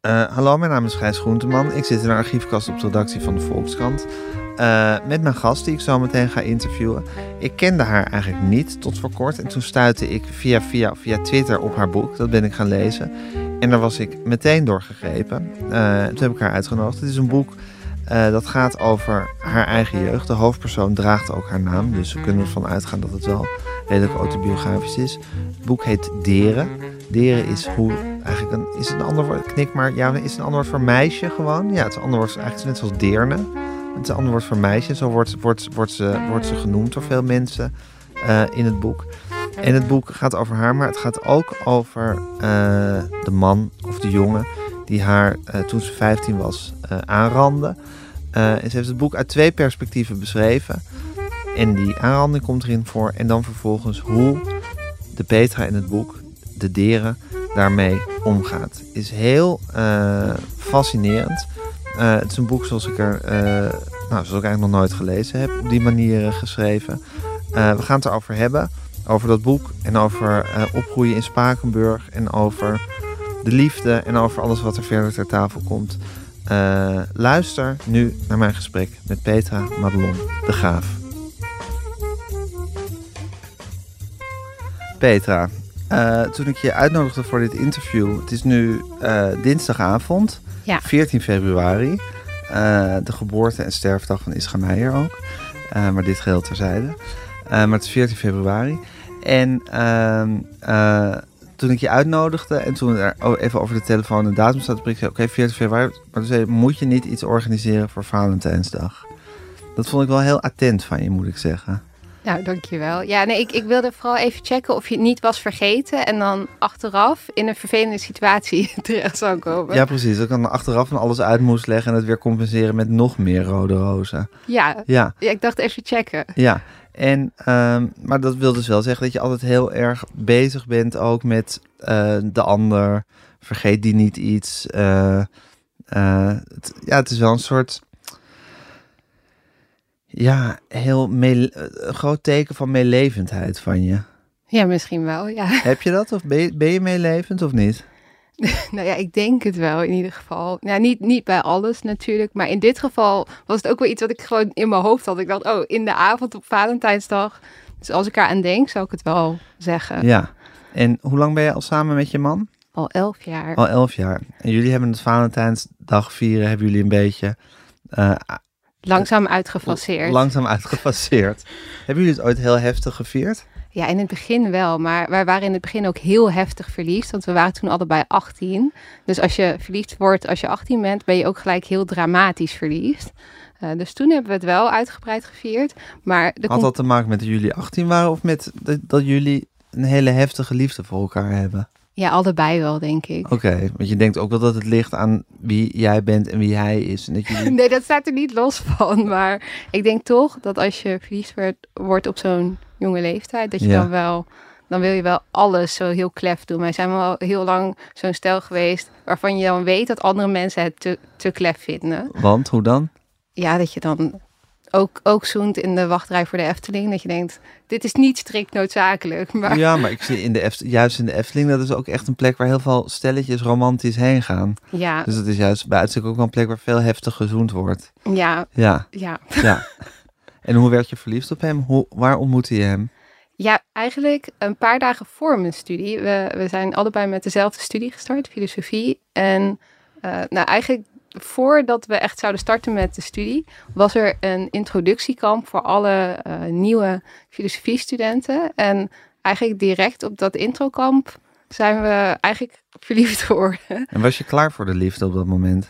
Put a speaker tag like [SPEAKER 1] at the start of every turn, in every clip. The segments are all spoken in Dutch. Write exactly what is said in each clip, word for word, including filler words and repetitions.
[SPEAKER 1] Uh, hallo, mijn naam is Gijs Groenteman. Ik zit in de archiefkast op de redactie van de Volkskrant. Uh, met mijn gast die ik zo meteen ga interviewen. Ik kende haar eigenlijk niet tot voor kort. En toen stuitte ik via, via, via Twitter op haar boek. Dat ben ik gaan lezen. En daar was ik meteen doorgegrepen. Uh, toen heb ik haar uitgenodigd. Het is een boek uh, dat gaat over haar eigen jeugd. De hoofdpersoon draagt ook haar naam. Dus we kunnen ervan uitgaan dat het wel redelijk autobiografisch is. Het boek heet Deren. Deren is hoe... Eigenlijk een, is het een ander woord? Knik maar. Ja, is het een ander woord voor meisje gewoon? Ja, het is een ander woord. Eigenlijk net zoals deerne. Het is een ander woord voor meisje. Zo wordt, wordt, wordt, ze, wordt ze genoemd door veel mensen uh, in het boek. En het boek gaat over haar, maar het gaat ook over uh, de man of de jongen die haar uh, toen ze vijftien was uh, aanrandde. Uh, en ze heeft het boek uit twee perspectieven beschreven. En die aanranding komt erin voor. En dan vervolgens hoe de Petra in het boek, de Deren, daarmee omgaat. Is heel uh, fascinerend. Uh, het is een boek zoals ik er uh, nou, zoals ik eigenlijk nog nooit gelezen heb. Op die manier uh, geschreven. Uh, we gaan het erover hebben. Over dat boek. En over uh, opgroeien in Spakenburg. En over de liefde. En over alles wat er verder ter tafel komt. Uh, luister nu naar mijn gesprek met Petra Madelon de Graaf. Petra, uh, toen ik je uitnodigde voor dit interview. Het is nu uh, dinsdagavond.
[SPEAKER 2] Ja.
[SPEAKER 1] veertien februari. Uh, de geboorte- en sterfdag van Ischa Meijer ook. Uh, maar dit geheel terzijde. Uh, maar het is veertien februari. En uh, uh, toen ik je uitnodigde en toen er even over de telefoon een datum staat, ik zei, oké, okay, veertien februari. Maar toen zei je, moet je niet iets organiseren voor Valentijnsdag? Dat vond ik wel heel attent van je, moet ik zeggen.
[SPEAKER 2] Nou, dankjewel. Ja, nee, ik, ik wilde vooral even checken of je het niet was vergeten en dan achteraf in een vervelende situatie terecht zou komen.
[SPEAKER 1] Ja, precies. Dat ik dan achteraf van alles uit moest leggen en het weer compenseren met nog meer rode rozen.
[SPEAKER 2] Ja,
[SPEAKER 1] ja.
[SPEAKER 2] ja ik dacht even checken.
[SPEAKER 1] Ja, en, um, maar dat wil dus wel zeggen dat je altijd heel erg bezig bent ook met uh, de ander. Vergeet die niet iets. Uh, uh, het, ja, het is wel een soort... Ja, heel mee, een groot teken van meelevendheid van je.
[SPEAKER 2] Ja, misschien wel, ja.
[SPEAKER 1] Heb je dat? Of ben je, ben je meelevend of niet?
[SPEAKER 2] Nou ja, ik denk het wel in ieder geval. Nou, niet, niet bij alles natuurlijk, maar in dit geval was het ook wel iets wat ik gewoon in mijn hoofd had. Ik dacht, oh, in de avond op Valentijnsdag. Dus als ik eraan denk, zou ik het wel zeggen.
[SPEAKER 1] Ja, en hoe lang ben je al samen met je man?
[SPEAKER 2] Al elf jaar.
[SPEAKER 1] Al elf jaar. En jullie hebben het Valentijnsdag vieren, hebben jullie een beetje... Uh,
[SPEAKER 2] Langzaam uitgefaseerd.
[SPEAKER 1] Langzaam uitgefaseerd. Hebben jullie het ooit heel heftig gevierd?
[SPEAKER 2] Ja, in het begin wel. Maar wij waren in het begin ook heel heftig verliefd. Want we waren toen allebei achttien. Dus als je verliefd wordt als je achttien bent, ben je ook gelijk heel dramatisch verliefd. Uh, dus toen hebben we het wel uitgebreid gevierd. Maar
[SPEAKER 1] Had
[SPEAKER 2] komt...
[SPEAKER 1] dat te maken met dat jullie achttien waren of met dat, dat jullie een hele heftige liefde voor elkaar hebben?
[SPEAKER 2] Ja, allebei wel, denk ik.
[SPEAKER 1] Oké, okay, want je denkt ook wel dat het ligt aan wie jij bent en wie hij is. En dat jullie...
[SPEAKER 2] Nee, dat staat er niet los van. Maar ik denk toch dat als je verliefd wordt, wordt op zo'n jonge leeftijd, dat je ja. dan wel... Dan wil je wel alles zo heel klef doen. Wij zijn wel heel lang zo'n stel geweest waarvan je dan weet dat andere mensen het te, te klef vinden.
[SPEAKER 1] Want, hoe dan?
[SPEAKER 2] Ja, dat je dan ook, ook zoent in de wachtrij voor de Efteling. Dat je denkt, dit is niet strikt noodzakelijk. Maar...
[SPEAKER 1] Ja, maar ik zie in de Efteling, juist in de Efteling, dat is ook echt een plek waar heel veel stelletjes romantisch heen gaan.
[SPEAKER 2] Ja.
[SPEAKER 1] Dus dat is juist bij uitstek ook wel een plek waar veel heftig gezoend wordt.
[SPEAKER 2] Ja.
[SPEAKER 1] Ja.
[SPEAKER 2] Ja.
[SPEAKER 1] ja. En hoe werd je verliefd op hem? Hoe, waar ontmoette je hem?
[SPEAKER 2] Ja, eigenlijk een paar dagen voor mijn studie. We, we zijn allebei met dezelfde studie gestart, filosofie. En uh, nou, eigenlijk voordat we echt zouden starten met de studie, was er een introductiekamp voor alle uh, nieuwe filosofiestudenten. En eigenlijk direct op dat introkamp zijn we eigenlijk verliefd geworden.
[SPEAKER 1] En was je klaar voor de liefde op dat moment?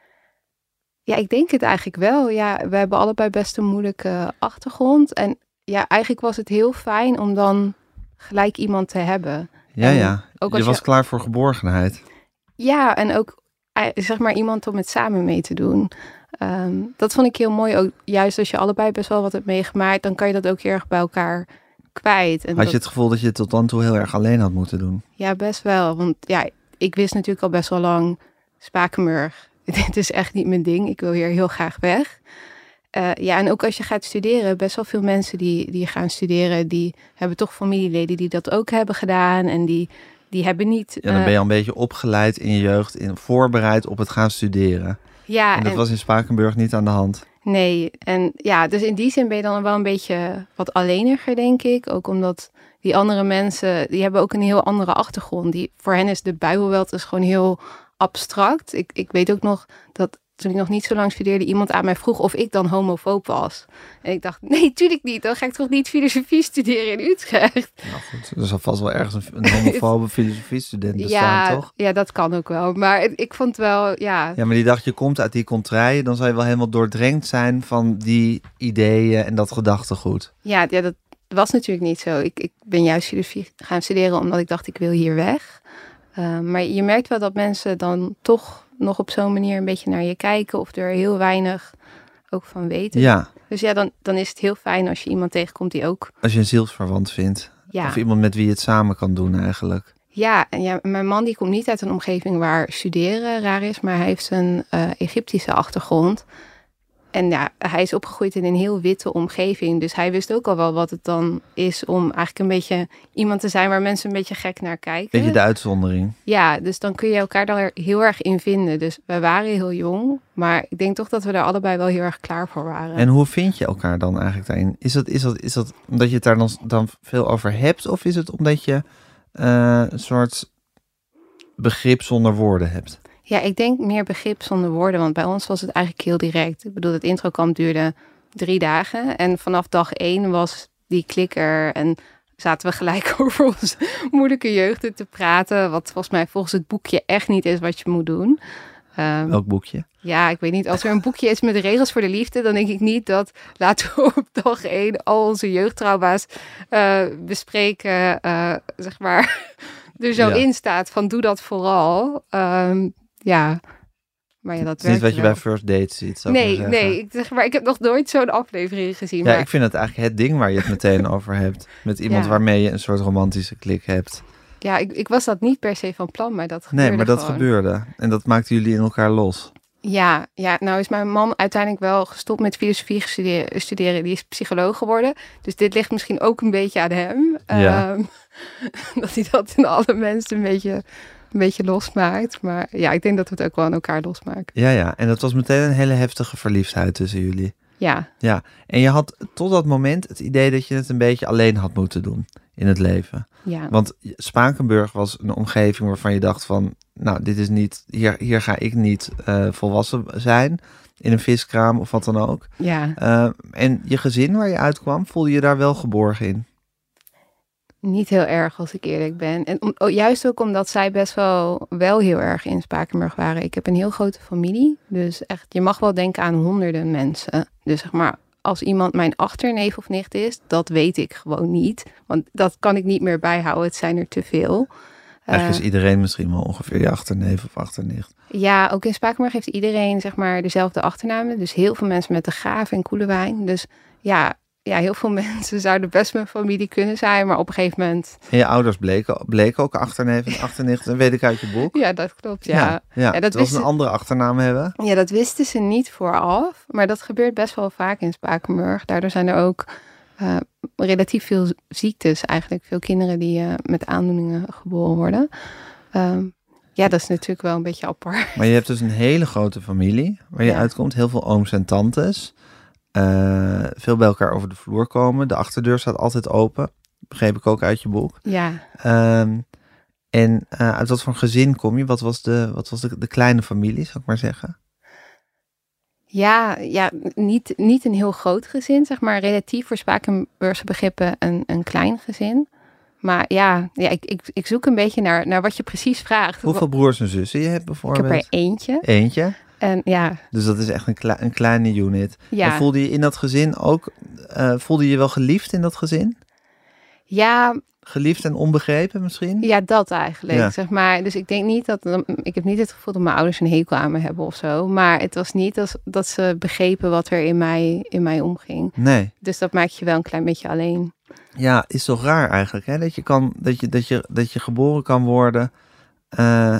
[SPEAKER 2] Ja, ik denk het eigenlijk wel. Ja, we hebben allebei best een moeilijke achtergrond. En ja, eigenlijk was het heel fijn om dan gelijk iemand te hebben.
[SPEAKER 1] Ja,
[SPEAKER 2] en
[SPEAKER 1] ja.
[SPEAKER 2] Ook
[SPEAKER 1] je
[SPEAKER 2] als
[SPEAKER 1] was
[SPEAKER 2] je...
[SPEAKER 1] klaar voor geborgenheid.
[SPEAKER 2] Ja, en ook zeg maar iemand om het samen mee te doen. Um, dat vond ik heel mooi. Ook juist als je allebei best wel wat hebt meegemaakt, dan kan je dat ook heel erg bij elkaar kwijt. En
[SPEAKER 1] had
[SPEAKER 2] dat...
[SPEAKER 1] je het gevoel dat je het tot dan toe heel erg alleen had moeten doen?
[SPEAKER 2] Ja, best wel. Want ja, ik wist natuurlijk al best wel lang, Spakenburg, dit is echt niet mijn ding. Ik wil hier heel graag weg. Uh, ja, en ook als je gaat studeren, best wel veel mensen die, die gaan studeren, die hebben toch familieleden die dat ook hebben gedaan. En die, die hebben niet...
[SPEAKER 1] Ja, dan
[SPEAKER 2] uh,
[SPEAKER 1] ben je al een beetje opgeleid in je jeugd, in, voorbereid op het gaan studeren.
[SPEAKER 2] Ja,
[SPEAKER 1] en dat
[SPEAKER 2] en,
[SPEAKER 1] was in Spakenburg niet aan de hand.
[SPEAKER 2] Nee, en ja, dus in die zin ben je dan wel een beetje wat alleniger, denk ik. Ook omdat die andere mensen, die hebben ook een heel andere achtergrond. Die, voor hen is de Bijbelwelt dus gewoon heel abstract. Ik, ik weet ook nog dat toen ik nog niet zo lang studeerde, iemand aan mij vroeg of ik dan homofoob was. En ik dacht, nee, tuurlijk niet. Dan ga ik toch niet filosofie studeren in Utrecht.
[SPEAKER 1] Nou goed, er zal vast wel ergens een, een homofobe filosofiestudent bestaan,
[SPEAKER 2] ja,
[SPEAKER 1] toch?
[SPEAKER 2] Ja, dat kan ook wel. Maar het, ik vond wel, ja...
[SPEAKER 1] Ja, maar die dacht, je komt uit die contraien, dan zal je wel helemaal doordrenkt zijn van die ideeën en dat gedachtegoed.
[SPEAKER 2] Ja, ja dat was natuurlijk niet zo. Ik, ik ben juist filosofie gaan studeren omdat ik dacht, ik wil hier weg. Uh, maar je merkt wel dat mensen dan toch nog op zo'n manier een beetje naar je kijken of er heel weinig ook van weten.
[SPEAKER 1] Ja.
[SPEAKER 2] Dus ja, dan, dan is het heel fijn als je iemand tegenkomt die ook...
[SPEAKER 1] Als je een zielsverwant vindt.
[SPEAKER 2] Ja.
[SPEAKER 1] Of iemand met wie je het samen kan doen eigenlijk.
[SPEAKER 2] Ja, en ja, mijn man die komt niet uit een omgeving waar studeren raar is, maar hij heeft een uh, Egyptische achtergrond. En ja, hij is opgegroeid in een heel witte omgeving. Dus hij wist ook al wel wat het dan is om eigenlijk een beetje iemand te zijn waar mensen een beetje gek naar kijken.
[SPEAKER 1] Beetje de uitzondering.
[SPEAKER 2] Ja, dus dan kun je elkaar daar heel erg in vinden. Dus wij waren heel jong, maar ik denk toch dat we daar allebei wel heel erg klaar voor waren.
[SPEAKER 1] En hoe vind je elkaar dan eigenlijk daarin? Is dat, is dat, is dat omdat je het daar dan, dan veel over hebt? Of is het omdat je uh, een soort begrip zonder woorden hebt?
[SPEAKER 2] Ja, ik denk meer begrip zonder woorden, want bij ons was het eigenlijk heel direct. Ik bedoel, het introkamp duurde drie dagen en vanaf dag één was die klikker en zaten we gelijk over onze moeilijke jeugd te praten, wat volgens mij volgens het boekje echt niet is wat je moet doen.
[SPEAKER 1] Um, Welk boekje?
[SPEAKER 2] Ja, ik weet niet. Als er een boekje is met regels voor de liefde, dan denk ik niet dat laten we op dag één al onze jeugdtrauma's uh, bespreken, uh, zeg maar, er zo ja. in staat van doe dat vooral. Um, Ja, maar ja, dat
[SPEAKER 1] het is niet wat je wel. bij First Dates ziet, zou
[SPEAKER 2] nee,
[SPEAKER 1] ik maar zeggen.
[SPEAKER 2] Nee, ik, zeg maar, ik heb nog nooit zo'n aflevering gezien.
[SPEAKER 1] Ja,
[SPEAKER 2] maar...
[SPEAKER 1] ik vind het eigenlijk het ding waar je het meteen over hebt. Met iemand ja. waarmee je een soort romantische klik hebt.
[SPEAKER 2] Ja, ik, ik was dat niet per se van plan, maar dat gebeurde
[SPEAKER 1] Nee, maar dat
[SPEAKER 2] gewoon.
[SPEAKER 1] gebeurde. En dat maakten jullie in elkaar los.
[SPEAKER 2] Ja, ja, nou is mijn man uiteindelijk wel gestopt met filosofie studeren. studeren. Die is psycholoog geworden. Dus dit ligt misschien ook een beetje aan hem.
[SPEAKER 1] Ja.
[SPEAKER 2] Um, dat hij dat in alle mensen een beetje... een beetje losmaakt. Maar ja, ik denk dat we het ook wel aan elkaar losmaken.
[SPEAKER 1] Ja, ja. En dat was meteen een hele heftige verliefdheid tussen jullie.
[SPEAKER 2] Ja.
[SPEAKER 1] Ja. En je had tot dat moment het idee dat je het een beetje alleen had moeten doen in het leven.
[SPEAKER 2] Ja.
[SPEAKER 1] Want Spakenburg was een omgeving waarvan je dacht van, nou, dit is niet, hier, hier ga ik niet uh, volwassen zijn in een viskraam of wat dan ook.
[SPEAKER 2] Ja.
[SPEAKER 1] Uh, en je gezin waar je uitkwam, voelde je daar wel geborgen in?
[SPEAKER 2] Niet heel erg, als ik eerlijk ben. En om, juist ook omdat zij best wel, wel heel erg in Spakenburg waren. Ik heb een heel grote familie. Dus echt, je mag wel denken aan honderden mensen. Dus zeg maar, als iemand mijn achterneef of nicht is, dat weet ik gewoon niet. Want dat kan ik niet meer bijhouden. Het zijn er te veel.
[SPEAKER 1] Eigenlijk is iedereen misschien wel ongeveer je achterneef of achternicht.
[SPEAKER 2] Ja, ook in Spakenburg heeft iedereen zeg maar dezelfde achternamen. Dus heel veel mensen met de Graaf en Koelewijn. Dus ja... Ja, heel veel mensen zouden best mijn familie kunnen zijn, maar op een gegeven moment...
[SPEAKER 1] En je ouders bleken, bleken ook achterneef en achternicht, dat weet ik uit je boek.
[SPEAKER 2] Ja, dat klopt, ja.
[SPEAKER 1] Ja, ja.
[SPEAKER 2] ja dat
[SPEAKER 1] was een andere achternaam hebben.
[SPEAKER 2] Ja, dat wisten ze niet vooraf, maar dat gebeurt best wel vaak in Spakenburg. Daardoor zijn er ook uh, relatief veel ziektes eigenlijk. Veel kinderen die uh, met aandoeningen geboren worden. Um, ja, dat is natuurlijk wel een beetje apart.
[SPEAKER 1] Maar je hebt dus een hele grote familie waar je ja. uitkomt. Heel veel ooms en tantes. Uh, veel bij elkaar over de vloer komen. De achterdeur staat altijd open. Begreep ik ook uit je boek.
[SPEAKER 2] Ja.
[SPEAKER 1] Um, en uh, uit wat voor gezin kom je? Wat was de, wat was de, de kleine familie, zou ik maar zeggen?
[SPEAKER 2] Ja, ja niet, niet een heel groot gezin, zeg maar. Relatief voor Spakenburgse begrippen een, een klein gezin. Maar ja, ja ik, ik, ik zoek een beetje naar, naar wat je precies vraagt.
[SPEAKER 1] Hoeveel broers en zussen je hebt bijvoorbeeld?
[SPEAKER 2] Ik heb er eentje.
[SPEAKER 1] Eentje?
[SPEAKER 2] En ja.
[SPEAKER 1] Dus dat is echt een, kle- een kleine unit.
[SPEAKER 2] Ja.
[SPEAKER 1] En voelde je in dat gezin ook, uh, voelde je je wel geliefd in dat gezin?
[SPEAKER 2] Ja.
[SPEAKER 1] Geliefd en onbegrepen misschien?
[SPEAKER 2] Ja, dat eigenlijk,
[SPEAKER 1] ja.
[SPEAKER 2] zeg maar. Dus ik denk niet dat, ik heb niet het gevoel dat mijn ouders een hekel aan me hebben of zo. Maar het was niet als, dat ze begrepen wat er in mij, in mij omging.
[SPEAKER 1] Nee.
[SPEAKER 2] Dus dat maakt je wel een klein beetje alleen.
[SPEAKER 1] Ja, is toch raar eigenlijk, hè? Dat je, kan, dat je, dat je, dat je geboren kan worden uh,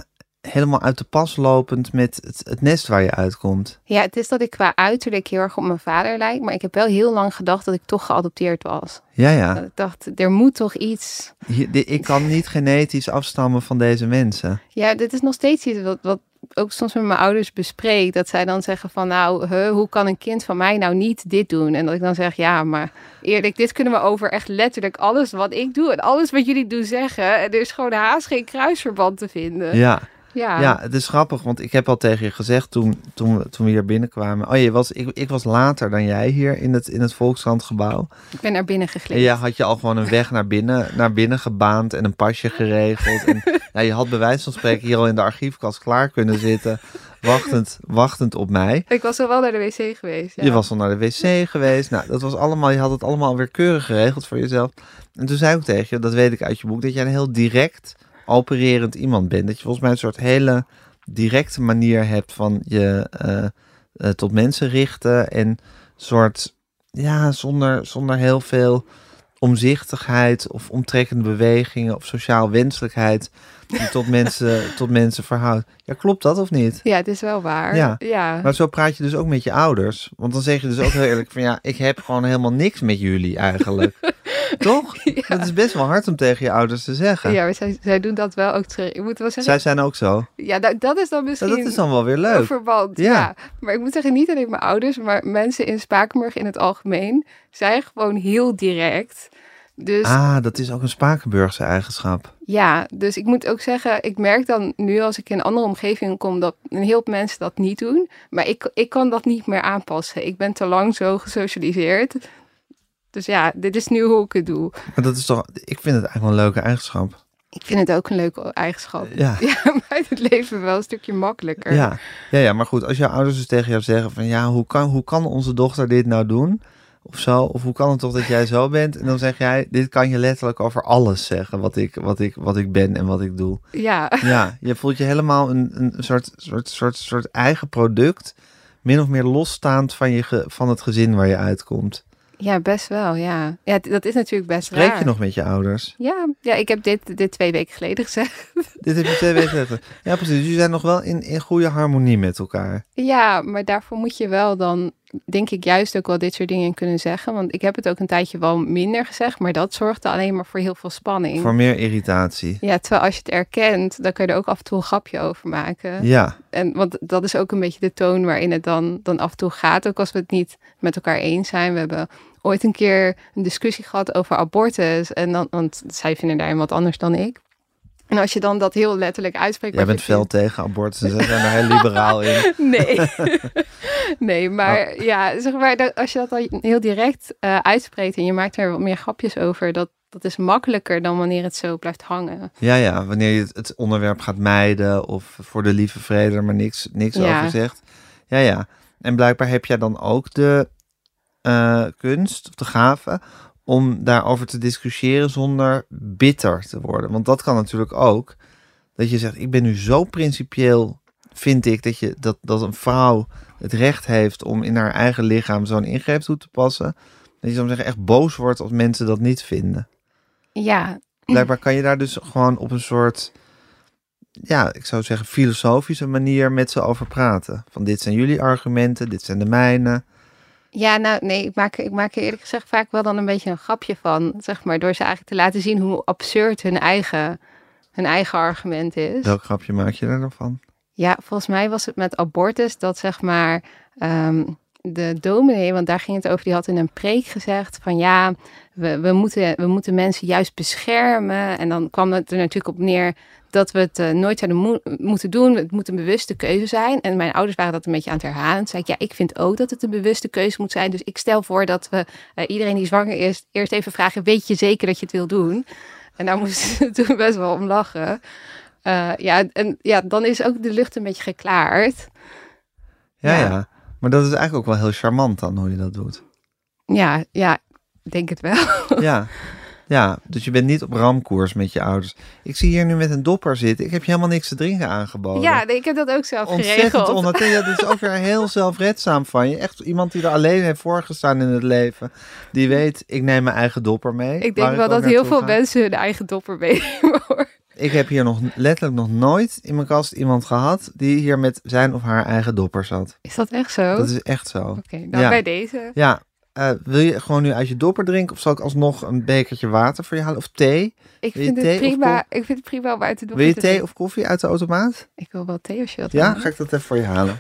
[SPEAKER 1] helemaal uit de pas lopend met het, het nest waar je uitkomt.
[SPEAKER 2] Ja, het is dat ik qua uiterlijk heel erg op mijn vader lijk. Maar ik heb wel heel lang gedacht dat ik toch geadopteerd was.
[SPEAKER 1] Ja, ja.
[SPEAKER 2] Dat ik dacht, er moet toch iets...
[SPEAKER 1] Hier, di- ik kan niet genetisch afstammen van deze mensen.
[SPEAKER 2] Ja, dit is nog steeds iets wat, wat ook soms met mijn ouders bespreek. Dat zij dan zeggen van nou, huh, hoe kan een kind van mij nou niet dit doen? En dat ik dan zeg, ja, maar eerlijk, dit kunnen we over echt letterlijk alles wat ik doe. En alles wat jullie doen zeggen. En er is gewoon haast geen kruisverband te vinden.
[SPEAKER 1] Ja.
[SPEAKER 2] Ja.
[SPEAKER 1] Ja, het is grappig, want ik heb al tegen je gezegd toen, toen, we, toen we hier binnenkwamen. Oh, je was, ik, ik was later dan jij hier in het, in het Volkskrantgebouw.
[SPEAKER 2] Ik ben naar binnen
[SPEAKER 1] En
[SPEAKER 2] gegleed.
[SPEAKER 1] jij had je al gewoon een weg naar binnen, naar binnen gebaand en een pasje geregeld. En ja, je had bij wijze van spreken hier al in de archiefkast klaar kunnen zitten, wachtend, wachtend op mij.
[SPEAKER 2] Ik was al wel naar de wc geweest. Ja.
[SPEAKER 1] Je was al naar de wc geweest. Nou, dat was allemaal, je had het allemaal weer keurig geregeld voor jezelf. En toen zei ik ook tegen je, dat weet ik uit je boek, dat jij een heel direct opererend iemand bent. Dat je volgens mij een soort hele directe manier hebt van je uh, uh, tot mensen richten. En een soort, ja, zonder, zonder heel veel omzichtigheid of omtrekkende bewegingen of sociaal wenselijkheid die tot mensen, tot mensen verhoudt. Ja, klopt dat of niet?
[SPEAKER 2] Ja, het is wel waar.
[SPEAKER 1] Ja.
[SPEAKER 2] Ja.
[SPEAKER 1] Maar zo praat je dus ook met je ouders. Want dan zeg je dus ook heel eerlijk van ja, ik heb gewoon helemaal niks met jullie eigenlijk. Toch?
[SPEAKER 2] Ja.
[SPEAKER 1] Dat is best wel hard om tegen je ouders te zeggen.
[SPEAKER 2] Ja, maar zij, zij doen dat wel ook terug. Ik moet wel zeggen,
[SPEAKER 1] Zij zijn ook zo.
[SPEAKER 2] ja, dat, dat is dan misschien
[SPEAKER 1] Ja, dat is dan wel weer
[SPEAKER 2] een
[SPEAKER 1] leuk.
[SPEAKER 2] verband.
[SPEAKER 1] Ja.
[SPEAKER 2] Ja. Maar ik moet zeggen, niet alleen mijn ouders, maar mensen in Spakenburg in het algemeen zijn gewoon heel direct. Dus
[SPEAKER 1] Ah, dat is ook een Spakenburgse eigenschap.
[SPEAKER 2] ja, dus ik moet ook zeggen, ik merk dan nu als ik in andere omgevingen kom dat een heel veel mensen dat niet doen. Maar ik, ik kan dat niet meer aanpassen. Ik ben te lang zo gesocialiseerd. Dus ja, dit is nu hoe ik het doe.
[SPEAKER 1] Maar dat is toch, ik vind het eigenlijk wel een leuke eigenschap.
[SPEAKER 2] Ik vind het ook een leuke eigenschap.
[SPEAKER 1] Ja.
[SPEAKER 2] Ja, maakt het leven wel een stukje makkelijker.
[SPEAKER 1] Ja, ja, ja, maar goed, als jouw ouders dus tegen jou zeggen van ja, hoe kan, hoe kan onze dochter dit nou doen? Of zo, of hoe kan het toch dat jij zo bent? En dan zeg jij, dit kan je letterlijk over alles zeggen, wat ik, wat ik, wat ik ben en wat ik doe.
[SPEAKER 2] Ja.
[SPEAKER 1] Ja, je voelt je helemaal een, een soort, soort, soort, soort eigen product, min of meer losstaand van, je ge, van het gezin waar je uitkomt.
[SPEAKER 2] Ja, best wel, ja. Ja, d- dat is natuurlijk best
[SPEAKER 1] Spreek
[SPEAKER 2] raar.
[SPEAKER 1] je nog met je ouders?
[SPEAKER 2] Ja, ja, ik heb dit, dit twee weken geleden gezegd.
[SPEAKER 1] Dit heb je twee weken geleden. Ja, precies. Jullie zijn nog wel in, in goede harmonie met elkaar.
[SPEAKER 2] Ja, maar daarvoor moet je wel dan, denk ik, juist ook wel dit soort dingen kunnen zeggen. Want ik heb het ook een tijdje wel minder gezegd, maar dat zorgde alleen maar voor heel veel spanning.
[SPEAKER 1] Voor meer irritatie.
[SPEAKER 2] Ja, terwijl als je het erkent, dan kun je er ook af en toe een grapje over maken.
[SPEAKER 1] Ja,
[SPEAKER 2] En want dat is ook een beetje de toon waarin het dan, dan af en toe gaat. Ook als we het niet met elkaar eens zijn. We hebben ooit een keer een discussie gehad over abortus. En dan, want zij vinden daarin wat anders dan ik. En als je dan dat heel letterlijk uitspreekt.
[SPEAKER 1] jij
[SPEAKER 2] wat
[SPEAKER 1] bent
[SPEAKER 2] je
[SPEAKER 1] fel tegen abortus en ze zijn er heel liberaal in.
[SPEAKER 2] vindt- Nee. Nee, maar ja, zeg maar, dat- als je dat dan heel direct uh, uitspreekt en je maakt er wat meer grapjes over, dat, dat is makkelijker dan wanneer het zo blijft hangen.
[SPEAKER 1] Ja, ja, wanneer je het, het onderwerp gaat mijden of voor de lieve vrede er maar niks, niks
[SPEAKER 2] Ja.
[SPEAKER 1] over zegt. Ja, ja. En blijkbaar heb jij dan ook de uh, kunst of de gave om daarover te discussiëren zonder bitter te worden. Want dat kan natuurlijk ook. Dat je zegt, ik ben nu zo principieel, vind ik, dat, je, dat, dat een vrouw het recht heeft om in haar eigen lichaam zo'n ingreep toe te passen. Dat je, zou zeggen, echt boos wordt als mensen dat niet vinden.
[SPEAKER 2] Ja,
[SPEAKER 1] Blijkbaar kan je daar dus gewoon op een soort, ja, ik zou zeggen filosofische manier met ze over praten. Van dit zijn jullie argumenten, dit zijn de mijne.
[SPEAKER 2] ja, nou nee, ik maak, ik maak er eerlijk gezegd vaak wel dan een beetje een grapje van, zeg maar, door ze eigenlijk te laten zien hoe absurd hun eigen, hun eigen argument is.
[SPEAKER 1] Welk grapje maak je er dan van?
[SPEAKER 2] Ja, volgens mij was het met abortus dat zeg maar um, de dominee, want daar ging het over, die had in een preek gezegd van ja, we, we, moeten, we moeten mensen juist beschermen. En dan kwam het er natuurlijk op neer dat we het uh, nooit zouden mo- moeten doen. Het moet een bewuste keuze zijn. En mijn ouders waren dat een beetje aan het herhalen. Toen zei ik, ja, ik vind ook dat het een bewuste keuze moet zijn. Dus ik stel voor dat we uh, iedereen die zwanger is, eerst even vragen, weet je zeker dat je het wil doen? En daar moesten ze toen best wel om lachen. Uh, ja, en ja, dan is ook de lucht een beetje geklaard.
[SPEAKER 1] Ja, ja,
[SPEAKER 2] Ja.
[SPEAKER 1] maar dat is eigenlijk ook wel heel charmant dan, hoe je dat doet.
[SPEAKER 2] Ja, ja, ik denk het wel.
[SPEAKER 1] Ja, ja, dus je bent niet op ramkoers met je ouders. Ik zie hier nu met een dopper zitten. Ik heb je helemaal niks te drinken aangeboden.
[SPEAKER 2] Ja, nee, ik heb dat ook zelf
[SPEAKER 1] Ontzettend
[SPEAKER 2] geregeld.
[SPEAKER 1] onnatuurlijk. Ja, dat is ook weer heel zelfredzaam van je. Echt iemand die er alleen heeft voorgestaan in het leven. Die weet, ik neem mijn eigen dopper mee.
[SPEAKER 2] Ik
[SPEAKER 1] waar
[SPEAKER 2] denk wel
[SPEAKER 1] ook
[SPEAKER 2] dat heel
[SPEAKER 1] naartoe
[SPEAKER 2] veel
[SPEAKER 1] ga.
[SPEAKER 2] mensen hun eigen dopper meenemen, hoor.
[SPEAKER 1] Ik heb hier nog letterlijk nog nooit in mijn kast iemand gehad die hier met zijn of haar eigen dopper zat.
[SPEAKER 2] Is dat echt zo?
[SPEAKER 1] Dat is echt zo.
[SPEAKER 2] Oké, okay, dan
[SPEAKER 1] ja.
[SPEAKER 2] bij deze.
[SPEAKER 1] Ja, uh, wil je gewoon nu uit je dopper drinken of zal ik alsnog een bekertje water voor je halen of thee?
[SPEAKER 2] Ik vind, het prima, ik vind het prima om uit de dopper
[SPEAKER 1] te
[SPEAKER 2] te
[SPEAKER 1] Wil je thee
[SPEAKER 2] drinken.
[SPEAKER 1] of koffie uit de automaat?
[SPEAKER 2] Ik wil wel thee als je dat
[SPEAKER 1] Ja,
[SPEAKER 2] wil.
[SPEAKER 1] ga ik dat even voor je halen.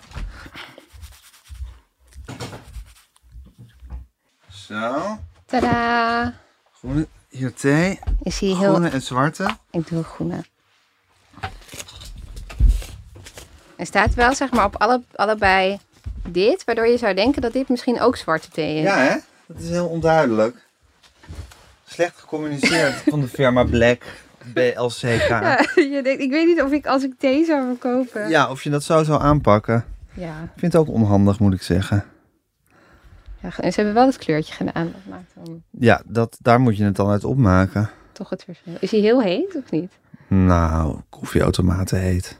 [SPEAKER 1] Zo.
[SPEAKER 2] Tadaa!
[SPEAKER 1] Groene, hier thee.
[SPEAKER 2] Is hij
[SPEAKER 1] Groene
[SPEAKER 2] heel...
[SPEAKER 1] en zwarte.
[SPEAKER 2] Ik doe groene. Er staat wel zeg maar op alle, allebei dit, waardoor je zou denken dat dit misschien ook zwarte thee is.
[SPEAKER 1] Ja, hè? Dat is heel onduidelijk. Slecht gecommuniceerd van de firma Black B L C K.
[SPEAKER 2] Ja, je denkt, ik weet niet of ik als ik thee zou verkopen.
[SPEAKER 1] Ja, of je dat zo zou aanpakken.
[SPEAKER 2] Ja.
[SPEAKER 1] Ik vind het ook onhandig, moet ik zeggen.
[SPEAKER 2] Ja, en ze hebben wel het kleurtje gedaan. Dat maakt dan
[SPEAKER 1] Ja, dat, daar moet je het dan uit opmaken.
[SPEAKER 2] toch het verschil. Is hij heel heet of niet?
[SPEAKER 1] Nou, koffieautomaten heet.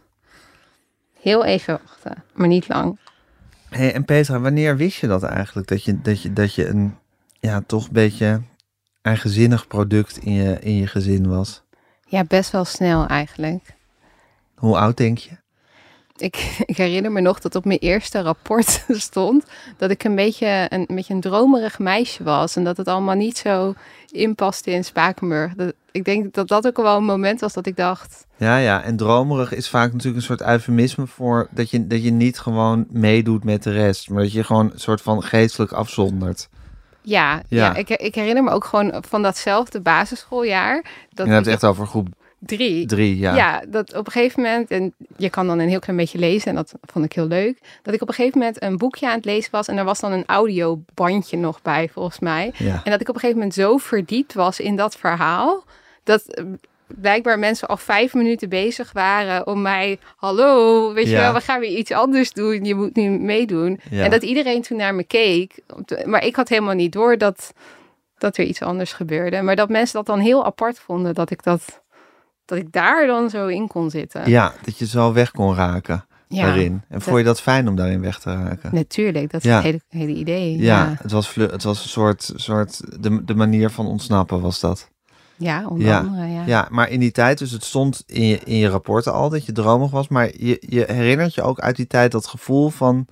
[SPEAKER 2] Heel even wachten, maar niet lang.
[SPEAKER 1] Hé, hey, en Petra, wanneer wist je dat eigenlijk? Dat je, dat je, dat je een, ja, toch een beetje eigenzinnig product in je, in je gezin was?
[SPEAKER 2] Ja, best wel snel eigenlijk.
[SPEAKER 1] Hoe oud denk je?
[SPEAKER 2] Ik, ik herinner me nog dat op mijn eerste rapport stond dat ik een beetje een, een beetje een dromerig meisje was. En dat het allemaal niet zo inpaste in Spakenburg. Dat, ik denk dat dat ook wel een moment was dat ik dacht...
[SPEAKER 1] Ja, ja, en dromerig is vaak natuurlijk een soort eufemisme voor dat je, dat je niet gewoon meedoet met de rest. Maar dat je gewoon een soort van geestelijk afzondert.
[SPEAKER 2] Ja, ja. ja ik, ik herinner me ook gewoon van datzelfde basisschooljaar. Dat
[SPEAKER 1] je hebt het echt over groep
[SPEAKER 2] drie.
[SPEAKER 1] drie, ja.
[SPEAKER 2] Ja, dat op een gegeven moment, en je kan dan een heel klein beetje lezen en dat vond ik heel leuk, dat ik op een gegeven moment een boekje aan het lezen was en er was dan een audiobandje nog bij, volgens mij.
[SPEAKER 1] Ja.
[SPEAKER 2] En dat ik op een gegeven moment zo verdiept was in dat verhaal, dat blijkbaar mensen al vijf minuten bezig waren om mij, hallo, weet je
[SPEAKER 1] Ja.
[SPEAKER 2] wel, we gaan weer iets anders doen, je moet nu meedoen.
[SPEAKER 1] Ja.
[SPEAKER 2] En dat iedereen toen naar me keek, maar ik had helemaal niet door dat, dat er iets anders gebeurde. Maar dat mensen dat dan heel apart vonden, dat ik dat... dat ik daar dan zo in kon zitten.
[SPEAKER 1] Ja, dat je zo weg kon raken
[SPEAKER 2] Ja,
[SPEAKER 1] daarin. En
[SPEAKER 2] dat-
[SPEAKER 1] vond je dat fijn om daarin weg te raken?
[SPEAKER 2] Natuurlijk, dat is
[SPEAKER 1] Ja.
[SPEAKER 2] het hele, hele idee.
[SPEAKER 1] Ja,
[SPEAKER 2] Ja,
[SPEAKER 1] Het, was vlu- het was een soort, soort de, de manier van ontsnappen was dat.
[SPEAKER 2] ja onder
[SPEAKER 1] Ja.
[SPEAKER 2] andere, ja.
[SPEAKER 1] Ja, maar in die tijd, dus het stond in je, in je rapporten al dat je dromig was, maar je, je herinnert je ook uit die tijd dat gevoel van,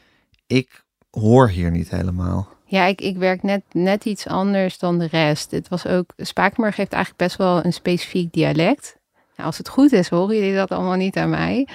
[SPEAKER 1] ik hoor hier niet helemaal.
[SPEAKER 2] Ja, ik, ik werk net, net iets anders dan de rest. Het was ook, Spakenburg heeft eigenlijk best wel een specifiek dialect. Nou, als het goed is, horen jullie dat allemaal niet aan mij.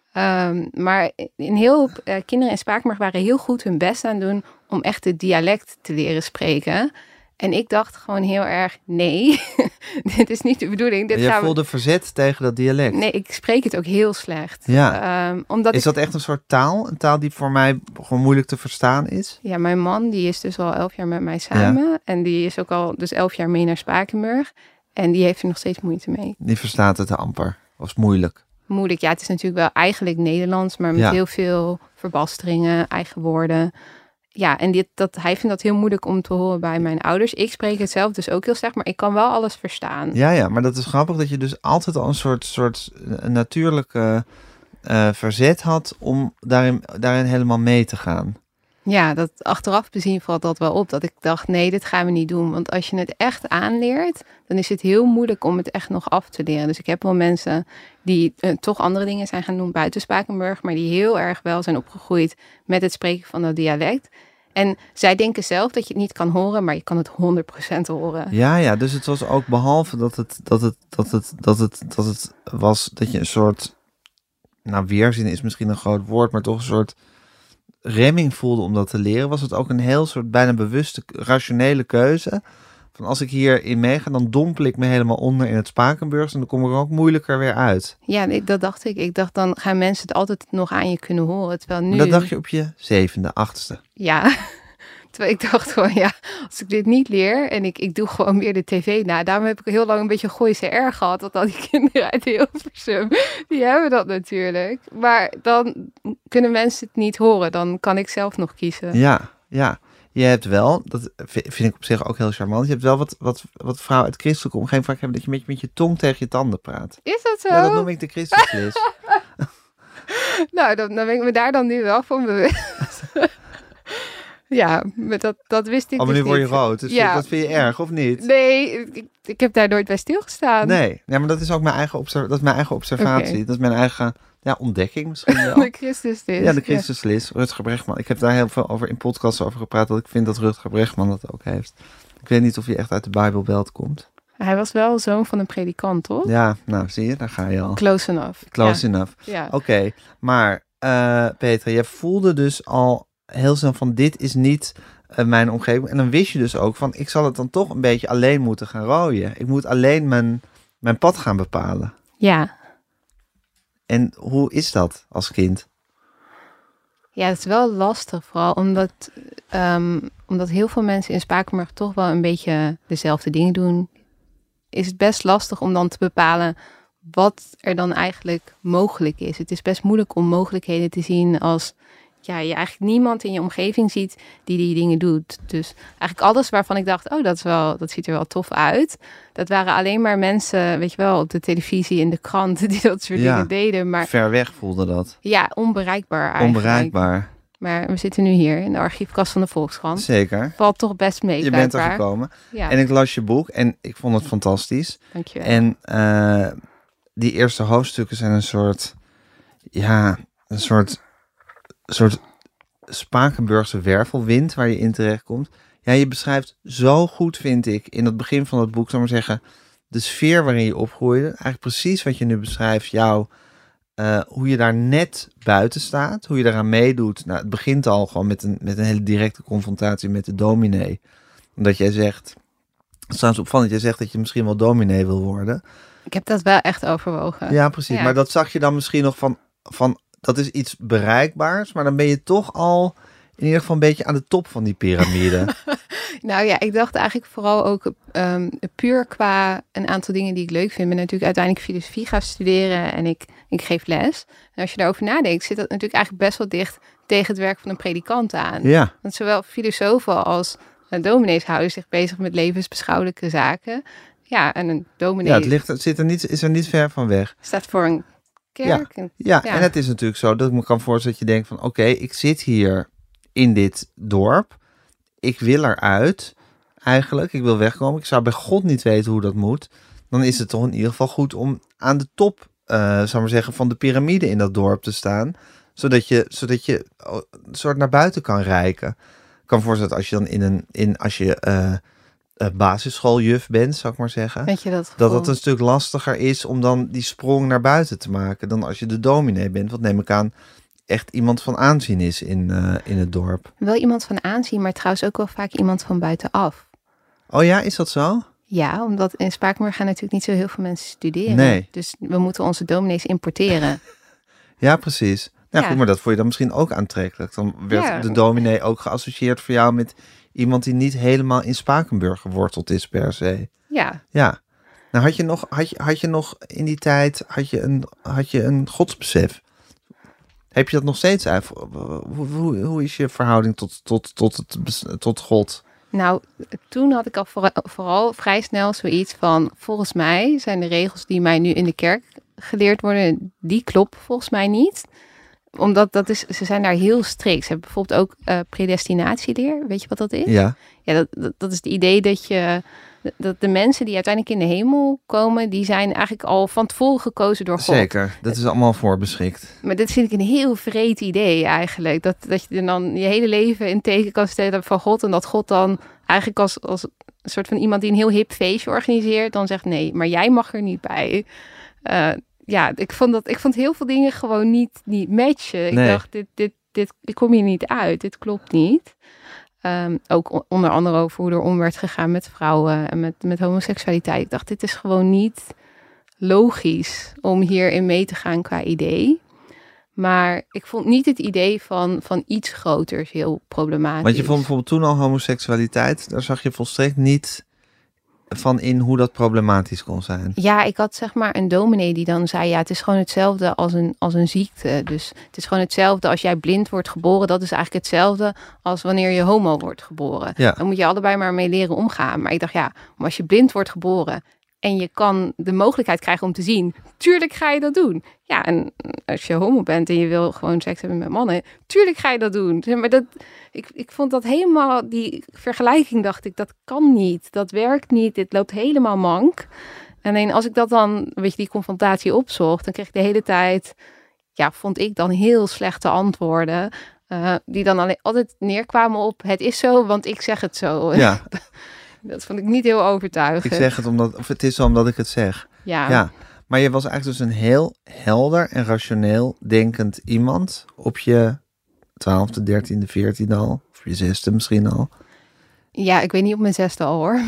[SPEAKER 2] Um, maar in heel, uh, kinderen in Spakenburg waren heel goed hun best aan doen om echt het dialect te leren spreken. En ik dacht gewoon heel erg, nee, dit is niet de bedoeling. Dit
[SPEAKER 1] Je
[SPEAKER 2] gaan we...
[SPEAKER 1] voelde verzet tegen dat dialect.
[SPEAKER 2] Nee, ik spreek het ook heel slecht.
[SPEAKER 1] Ja.
[SPEAKER 2] Um, omdat
[SPEAKER 1] Is
[SPEAKER 2] ik...
[SPEAKER 1] dat echt een soort taal? Een taal die voor mij gewoon moeilijk te verstaan is?
[SPEAKER 2] Ja, mijn man die is dus al elf jaar met mij samen. Ja. En die is ook al dus elf jaar mee naar Spakenburg. En die heeft er nog steeds moeite mee.
[SPEAKER 1] Die verstaat het amper. Was moeilijk.
[SPEAKER 2] Moeilijk, ja. Het is natuurlijk wel eigenlijk Nederlands, maar met
[SPEAKER 1] Ja.
[SPEAKER 2] heel veel verbasteringen, eigen woorden. Ja, en dit, dat, hij vindt dat heel moeilijk om te horen bij mijn ouders. Ik spreek het zelf dus ook heel slecht, maar ik kan wel alles verstaan.
[SPEAKER 1] Ja, ja, maar dat is grappig dat je dus altijd al een soort, soort een natuurlijke uh, verzet had om daarin, daarin helemaal mee te gaan.
[SPEAKER 2] Ja, dat achteraf bezien valt dat wel op. Dat ik dacht, nee, dit gaan we niet doen. Want als je het echt aanleert, dan is het heel moeilijk om het echt nog af te leren. Dus ik heb wel mensen die uh, toch andere dingen zijn gaan doen buiten Spakenburg, maar die heel erg wel zijn opgegroeid met het spreken van dat dialect. En zij denken zelf dat je het niet kan horen, maar je kan het honderd procent horen.
[SPEAKER 1] Ja, ja, dus het was ook behalve dat het, dat het, dat het, dat het, dat het was dat je een soort, nou weerzin is misschien een groot woord, maar toch een soort remming voelde om dat te leren, was het ook een heel soort bijna bewuste, rationele keuze. Van als ik hierin meega, dan dompel ik me helemaal onder in het Spakenburgs en dan kom ik er ook moeilijker weer uit.
[SPEAKER 2] Ja, dat dacht ik. Ik dacht, dan gaan mensen het altijd nog aan je kunnen horen. Terwijl nu...
[SPEAKER 1] Maar dat dacht je op je zevende, achtste.
[SPEAKER 2] Ja, terwijl ik dacht gewoon, ja, als ik dit niet leer en ik, ik doe gewoon meer de tv na. Daarom heb ik heel lang een beetje Gooise R gehad. Want al die kinderen uit Hilversum, die hebben dat natuurlijk. Maar dan kunnen mensen het niet horen. Dan kan ik zelf nog kiezen.
[SPEAKER 1] Ja, ja. Je hebt wel, dat vind ik op zich ook heel charmant, je hebt wel wat, wat, wat vrouwen uit christelijke omgeving vaak hebben, dat je met, met je tong tegen je tanden praat.
[SPEAKER 2] Is dat zo?
[SPEAKER 1] Ja, dat noem ik de Christusflis.
[SPEAKER 2] Nou, dan, dan ben ik me daar dan nu wel van bewust. Ja, maar dat, dat wist ik
[SPEAKER 1] Oh, maar
[SPEAKER 2] dus
[SPEAKER 1] nu word je
[SPEAKER 2] niet.
[SPEAKER 1] rood. Dus
[SPEAKER 2] Ja.
[SPEAKER 1] dat vind je erg, of niet?
[SPEAKER 2] Nee, ik, ik heb daar nooit bij stilgestaan.
[SPEAKER 1] Nee, ja, maar dat is ook mijn eigen, observ- dat is mijn eigen observatie.
[SPEAKER 2] Oké.
[SPEAKER 1] Dat is mijn eigen ja, ontdekking misschien wel.
[SPEAKER 2] De Christus dus.
[SPEAKER 1] Ja, de Christuslis, Rutger Bregman. Ik heb daar heel veel over in podcasts over gepraat, dat ik vind dat Rutger Bregman dat ook heeft. Ik weet niet of hij echt uit de Bijbelbelt komt.
[SPEAKER 2] Ja. Hij was wel zoon van een predikant, toch?
[SPEAKER 1] Ja, nou zie je, daar ga je al.
[SPEAKER 2] Close enough.
[SPEAKER 1] Close
[SPEAKER 2] ja.
[SPEAKER 1] enough.
[SPEAKER 2] Ja.
[SPEAKER 1] Oké, okay, maar uh, Petra, jij voelde dus al heel snel van dit is niet uh, mijn omgeving. En dan wist je dus ook van ik zal het dan toch een beetje alleen moeten gaan rooien. Ik moet alleen mijn, mijn pad gaan bepalen.
[SPEAKER 2] Ja.
[SPEAKER 1] En hoe is dat als kind?
[SPEAKER 2] Ja, het is wel lastig, vooral omdat, um, omdat heel veel mensen in Spakenburg toch wel een beetje dezelfde dingen doen. Is het best lastig om dan te bepalen wat er dan eigenlijk mogelijk is. Het is best moeilijk om mogelijkheden te zien als ja, je eigenlijk niemand in je omgeving ziet die die dingen doet. Dus eigenlijk alles waarvan ik dacht, oh, dat is wel, dat ziet er wel tof uit. Dat waren alleen maar mensen, weet je wel, op de televisie, in de krant, die dat soort
[SPEAKER 1] ja,
[SPEAKER 2] dingen deden. Maar
[SPEAKER 1] ver weg voelde dat.
[SPEAKER 2] ja, onbereikbaar eigenlijk.
[SPEAKER 1] Onbereikbaar.
[SPEAKER 2] Maar we zitten nu hier in de archiefkast van de Volkskrant.
[SPEAKER 1] Zeker.
[SPEAKER 2] Valt toch best mee.
[SPEAKER 1] Je
[SPEAKER 2] blijkbaar.
[SPEAKER 1] bent er gekomen.
[SPEAKER 2] Ja.
[SPEAKER 1] En ik las je boek en ik vond het fantastisch.
[SPEAKER 2] Dankjewel.
[SPEAKER 1] En uh, die eerste hoofdstukken zijn een soort, ja, een soort, soort Spakenburgse wervelwind waar je in terecht komt. Ja, je beschrijft zo goed, vind ik, in het begin van het boek, zal ik maar zeggen, de sfeer waarin je opgroeide. Eigenlijk precies wat je nu beschrijft, jouw, uh, hoe je daar net buiten staat, hoe je daaraan meedoet. Nou, het begint al gewoon met een, met een hele directe confrontatie met de dominee. Omdat jij zegt, het is trouwens opvallend, jij zegt dat je misschien wel dominee wil worden.
[SPEAKER 2] Ik heb dat wel echt overwogen.
[SPEAKER 1] Ja, precies.
[SPEAKER 2] Ja.
[SPEAKER 1] Maar dat zag je dan misschien nog van, van, dat is iets bereikbaars, maar dan ben je toch al in ieder geval een beetje aan de top van die piramide.
[SPEAKER 2] Nou ja, ik dacht eigenlijk vooral ook um, puur qua een aantal dingen die ik leuk vind. Ik ben natuurlijk uiteindelijk filosofie gaan studeren en ik, ik geef les. En als je daarover nadenkt, zit dat natuurlijk eigenlijk best wel dicht tegen het werk van een predikant aan.
[SPEAKER 1] Ja.
[SPEAKER 2] Want zowel filosofen als uh, dominees houden zich bezig met levensbeschouwelijke zaken. Ja, en een dominee
[SPEAKER 1] Ja, het, ligt, het zit er niet, is er niet ver van weg.
[SPEAKER 2] staat voor een kerk.
[SPEAKER 1] Ja,
[SPEAKER 2] En,
[SPEAKER 1] ja,
[SPEAKER 2] ja.
[SPEAKER 1] en het is natuurlijk zo dat ik me kan voorstellen dat je denkt van oké, okay, ik zit hier in dit dorp. Ik wil eruit eigenlijk. Ik wil wegkomen. Ik zou bij God niet weten hoe dat moet. Dan is het toch in ieder geval goed om aan de top, uh, zou ik maar zeggen, van de piramide in dat dorp te staan. Zodat je, zodat je een soort naar buiten kan reiken. Ik kan me voorstellen dat als je dan in een, in, als je uh, uh, basisschooljuf bent, zou ik maar zeggen.
[SPEAKER 2] Weet je dat?
[SPEAKER 1] Dat het een stuk lastiger is om dan die sprong naar buiten te maken dan als je de dominee bent. Wat neem ik aan, echt iemand van aanzien is in, uh, in het dorp.
[SPEAKER 2] Wel iemand van aanzien, maar trouwens ook wel vaak iemand van buitenaf.
[SPEAKER 1] Oh ja, is dat zo?
[SPEAKER 2] Ja, omdat in Spakenburg gaan natuurlijk niet zo heel veel mensen studeren.
[SPEAKER 1] Nee.
[SPEAKER 2] Dus we moeten onze dominees importeren.
[SPEAKER 1] Ja, precies. Nou
[SPEAKER 2] Ja.
[SPEAKER 1] goed, maar dat vond je dan misschien ook aantrekkelijk. Dan werd
[SPEAKER 2] Ja.
[SPEAKER 1] de dominee ook geassocieerd voor jou met iemand die niet helemaal in Spakenburg geworteld is per se.
[SPEAKER 2] Ja,
[SPEAKER 1] Ja. Nou, had je nog, had je, had je nog in die tijd, had je een, had je een godsbesef? Heb je dat nog steeds? Hoe, hoe, hoe is je verhouding tot, tot, tot, het, bes- tot God?
[SPEAKER 2] nou, toen had ik al vooral, vooral vrij snel zoiets van, volgens mij zijn de regels die mij nu in de kerk geleerd worden, die kloppen volgens mij niet. Omdat dat is, ze zijn daar heel strikt. Ze hebben bijvoorbeeld ook uh, predestinatieleer. Weet je wat dat is?
[SPEAKER 1] Ja.
[SPEAKER 2] Ja, dat, dat, dat is het idee dat je dat de mensen die uiteindelijk in de hemel komen, die zijn eigenlijk al van tevoren gekozen door God.
[SPEAKER 1] Zeker, dat is allemaal voorbeschikt.
[SPEAKER 2] Maar dit vind ik een heel vreed idee eigenlijk. Dat, dat je dan je hele leven in teken kan stellen van God. En dat God dan eigenlijk als, als een soort van iemand die een heel hip feestje organiseert, dan zegt nee, maar jij mag er niet bij. Uh, ja, ik vond, dat, ik vond heel veel dingen gewoon niet, niet matchen. Ik
[SPEAKER 1] Nee.
[SPEAKER 2] dacht, dit, dit, dit, ik kom hier niet uit. Dit klopt niet. Um, ook o- onder andere over hoe er om werd gegaan met vrouwen en met, met homoseksualiteit. Ik dacht, dit is gewoon niet logisch om hierin mee te gaan qua idee. Maar ik vond niet het idee van, van iets groters heel problematisch.
[SPEAKER 1] Want je vond bijvoorbeeld toen al homoseksualiteit, daar zag je volstrekt niet van in hoe dat problematisch kon zijn.
[SPEAKER 2] Ja, ik had zeg maar een dominee die dan zei, ja, het is gewoon hetzelfde als een, als een ziekte. Dus het is gewoon hetzelfde als jij blind wordt geboren. Dat is eigenlijk hetzelfde als wanneer je homo wordt geboren.
[SPEAKER 1] Ja.
[SPEAKER 2] Dan moet je allebei maar mee leren omgaan. Maar ik dacht, ja, maar als je blind wordt geboren, en je kan de mogelijkheid krijgen om te zien, tuurlijk ga je dat doen. Ja, en als je homo bent en je wil gewoon seks hebben met mannen, tuurlijk ga je dat doen. Maar dat, ik, ik vond dat helemaal, die vergelijking dacht ik, dat kan niet. Dat werkt niet, dit loopt helemaal mank. En alleen als ik dat dan, weet je, die confrontatie opzocht, dan kreeg ik de hele tijd, ja, vond ik dan heel slechte antwoorden. Uh, die dan alleen altijd neerkwamen op, het is zo, want ik zeg het zo.
[SPEAKER 1] Ja.
[SPEAKER 2] Dat vond ik niet heel overtuigend.
[SPEAKER 1] Ik zeg het omdat, of het is zo omdat ik het zeg.
[SPEAKER 2] Ja.
[SPEAKER 1] ja. Maar je was eigenlijk dus een heel helder en rationeel denkend iemand op je twaalfde, dertiende, veertiende al. Of je zesde misschien al.
[SPEAKER 2] Ja, ik weet niet op mijn zesde al hoor.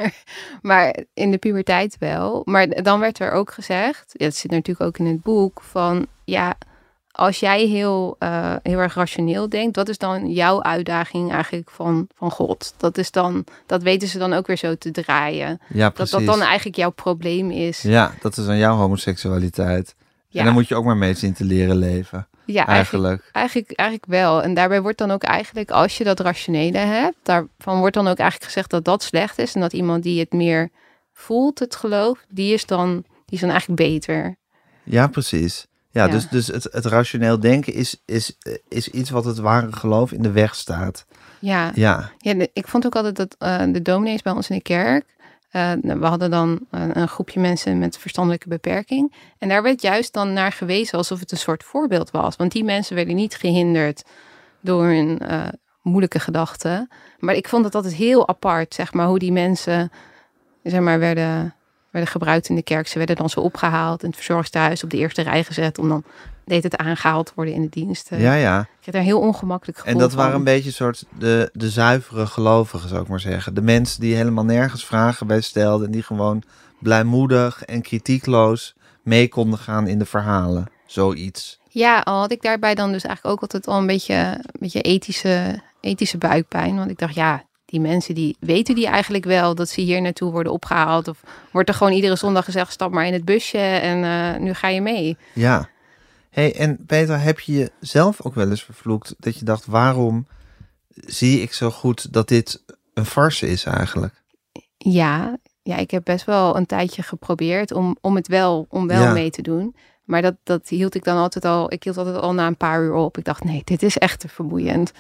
[SPEAKER 2] Maar in de puberteit wel. Maar dan werd er ook gezegd, ja, het zit natuurlijk ook in het boek, van ja, als jij heel, uh, heel erg rationeel denkt, wat is dan jouw uitdaging eigenlijk van, van God? Dat is dan, dat weten ze dan ook weer zo te draaien.
[SPEAKER 1] Ja, precies.
[SPEAKER 2] Dat dat dan eigenlijk jouw probleem is.
[SPEAKER 1] Ja, dat is dan jouw homoseksualiteit. Ja. En dan moet je ook maar mee zien te leren leven.
[SPEAKER 2] Ja,
[SPEAKER 1] eigenlijk.
[SPEAKER 2] Eigenlijk, eigenlijk, eigenlijk wel. En daarbij wordt dan ook eigenlijk, als je dat rationele hebt, daarvan wordt dan ook eigenlijk gezegd dat dat slecht is. En dat iemand die het meer voelt, het geloof, die is dan, die is dan eigenlijk beter.
[SPEAKER 1] Ja, precies. Ja,
[SPEAKER 2] Ja.
[SPEAKER 1] dus, dus het, het rationeel denken is, is, is iets wat het ware geloof in de weg staat.
[SPEAKER 2] Ja,
[SPEAKER 1] Ja,
[SPEAKER 2] ja de, ik vond ook altijd dat uh, de dominees bij ons in de kerk, uh, we hadden dan een, een groepje mensen met verstandelijke beperking. En daar werd juist dan naar gewezen alsof het een soort voorbeeld was. Want die mensen werden niet gehinderd door hun uh, moeilijke gedachten. Maar ik vond het altijd heel apart, zeg maar, hoe die mensen, zeg maar, werden... werden gebruikt in de kerk. Ze werden dan zo opgehaald in het verzorgingstehuis op de eerste rij gezet om dan deed het aangehaald worden in de diensten.
[SPEAKER 1] ja, ja.
[SPEAKER 2] Ik heb daar heel ongemakkelijk gevoel
[SPEAKER 1] En dat
[SPEAKER 2] van.
[SPEAKER 1] waren een beetje soort de, de zuivere gelovigen, zou ik maar zeggen. De mensen die helemaal nergens vragen bij stelden en die gewoon blijmoedig en kritiekloos mee konden gaan in de verhalen. Zoiets.
[SPEAKER 2] Ja, al had ik daarbij dan dus eigenlijk ook altijd al een beetje, een beetje ethische, ethische buikpijn. Want ik dacht, ja, die mensen die weten die eigenlijk wel dat ze hier naartoe worden opgehaald. Of wordt er gewoon iedere zondag gezegd, stap maar in het busje en uh, nu ga je mee.
[SPEAKER 1] Ja. Hey, en Petra, heb je jezelf ook wel eens vervloekt dat je dacht, waarom zie ik zo goed dat dit een farce is eigenlijk?
[SPEAKER 2] Ja, ja, ik heb best wel een tijdje geprobeerd om, om het wel, om wel
[SPEAKER 1] Ja.
[SPEAKER 2] mee te doen. Maar dat, dat hield ik dan altijd al, ik hield altijd al na een paar uur op. Ik dacht, nee, dit is echt te vermoeiend.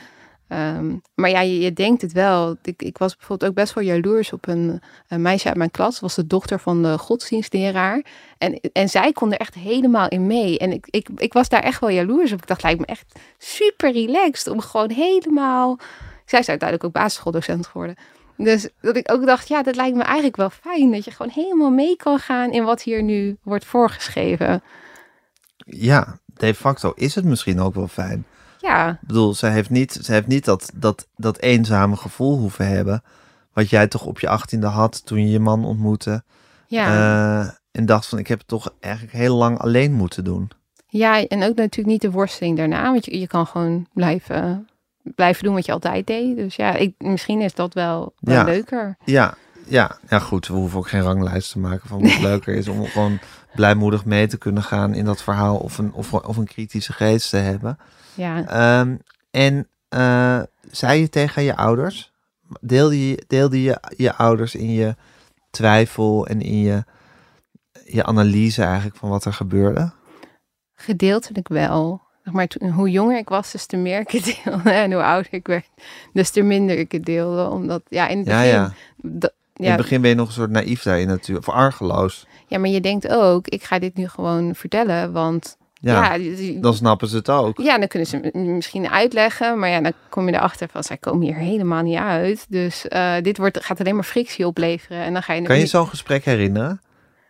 [SPEAKER 2] Um, maar ja, je, je denkt het wel. Ik, ik was bijvoorbeeld ook best wel jaloers op een, een meisje uit mijn klas. Dat was de dochter van de godsdienstleraar. En, en zij kon er echt helemaal in mee. En ik, ik, ik was daar echt wel jaloers op. Ik dacht, lijkt me echt super relaxed om gewoon helemaal... Zij is uiteindelijk ook basisschooldocent geworden. Dus dat ik ook dacht, ja, dat lijkt me eigenlijk wel fijn. Dat je gewoon helemaal mee kan gaan in wat hier nu wordt voorgeschreven.
[SPEAKER 1] Ja, de facto is het misschien ook wel fijn.
[SPEAKER 2] Ja.
[SPEAKER 1] Ik bedoel, zij heeft niet, zij heeft niet dat, dat, dat eenzame gevoel hoeven hebben, wat jij toch op je achttiende had toen je je man ontmoette.
[SPEAKER 2] Ja.
[SPEAKER 1] Uh, en dacht van, ik heb het toch eigenlijk heel lang alleen moeten doen.
[SPEAKER 2] Ja, en ook natuurlijk niet de worsteling daarna, want je, je kan gewoon blijven, blijven doen wat je altijd deed. Dus ja, ik, misschien is dat wel, wel
[SPEAKER 1] ja.
[SPEAKER 2] leuker.
[SPEAKER 1] Ja, ja, ja, goed. We hoeven ook geen ranglijst te maken van wat leuker is om gewoon blijmoedig mee te kunnen gaan in dat verhaal of een, of, of een kritische geest te hebben.
[SPEAKER 2] Ja.
[SPEAKER 1] Um, en uh, zei je tegen je ouders? Deelde je, deelde je je ouders in je twijfel en in je, je analyse eigenlijk van wat er gebeurde?
[SPEAKER 2] Gedeeltelijk wel. Maar toen, hoe jonger ik was, dus te meer ik het deelde. En hoe ouder ik werd, dus te minder ik het deelde. Omdat, ja, in het begin...
[SPEAKER 1] Ja, ja.
[SPEAKER 2] Dat, ja,
[SPEAKER 1] in het begin ben je nog een soort naïef daarin natuurlijk. Of argeloos.
[SPEAKER 2] Ja, maar je denkt ook, ik ga dit nu gewoon vertellen, want...
[SPEAKER 1] Ja,
[SPEAKER 2] ja,
[SPEAKER 1] dan snappen ze het ook.
[SPEAKER 2] Ja, dan kunnen ze misschien uitleggen. Maar ja, dan kom je erachter van, zij komen hier helemaal niet uit. Dus uh, dit wordt, gaat alleen maar frictie opleveren. En dan ga je
[SPEAKER 1] kan je
[SPEAKER 2] niet...
[SPEAKER 1] zo'n gesprek herinneren?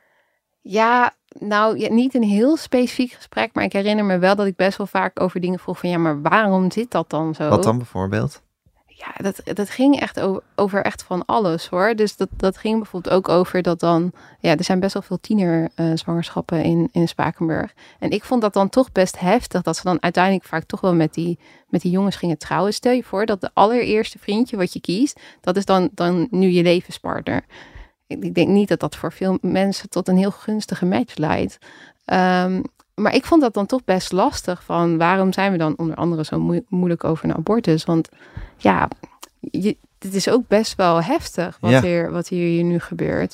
[SPEAKER 2] Ja, nou, ja, niet een heel specifiek gesprek. Maar ik herinner me wel dat ik best wel vaak over dingen vroeg van... ja, maar waarom zit dat dan zo?
[SPEAKER 1] Wat dan bijvoorbeeld?
[SPEAKER 2] Ja, dat, dat ging echt over, over echt van alles, hoor. Dus dat, dat ging bijvoorbeeld ook over dat dan... Ja, er zijn best wel veel tienerzwangerschappen uh, in, in Spakenburg. En ik vond dat dan toch best heftig... dat ze dan uiteindelijk vaak toch wel met die, met die jongens gingen trouwen. Stel je voor dat de allereerste vriendje wat je kiest... dat is dan, dan nu je levenspartner. Ik, ik denk niet dat dat voor veel mensen tot een heel gunstige match leidt. Um, maar ik vond dat dan toch best lastig. Van waarom zijn we dan onder andere zo moe- moeilijk over een abortus? Want ja, je, het is ook best wel heftig wat,
[SPEAKER 1] ja.
[SPEAKER 2] hier, wat hier nu gebeurt.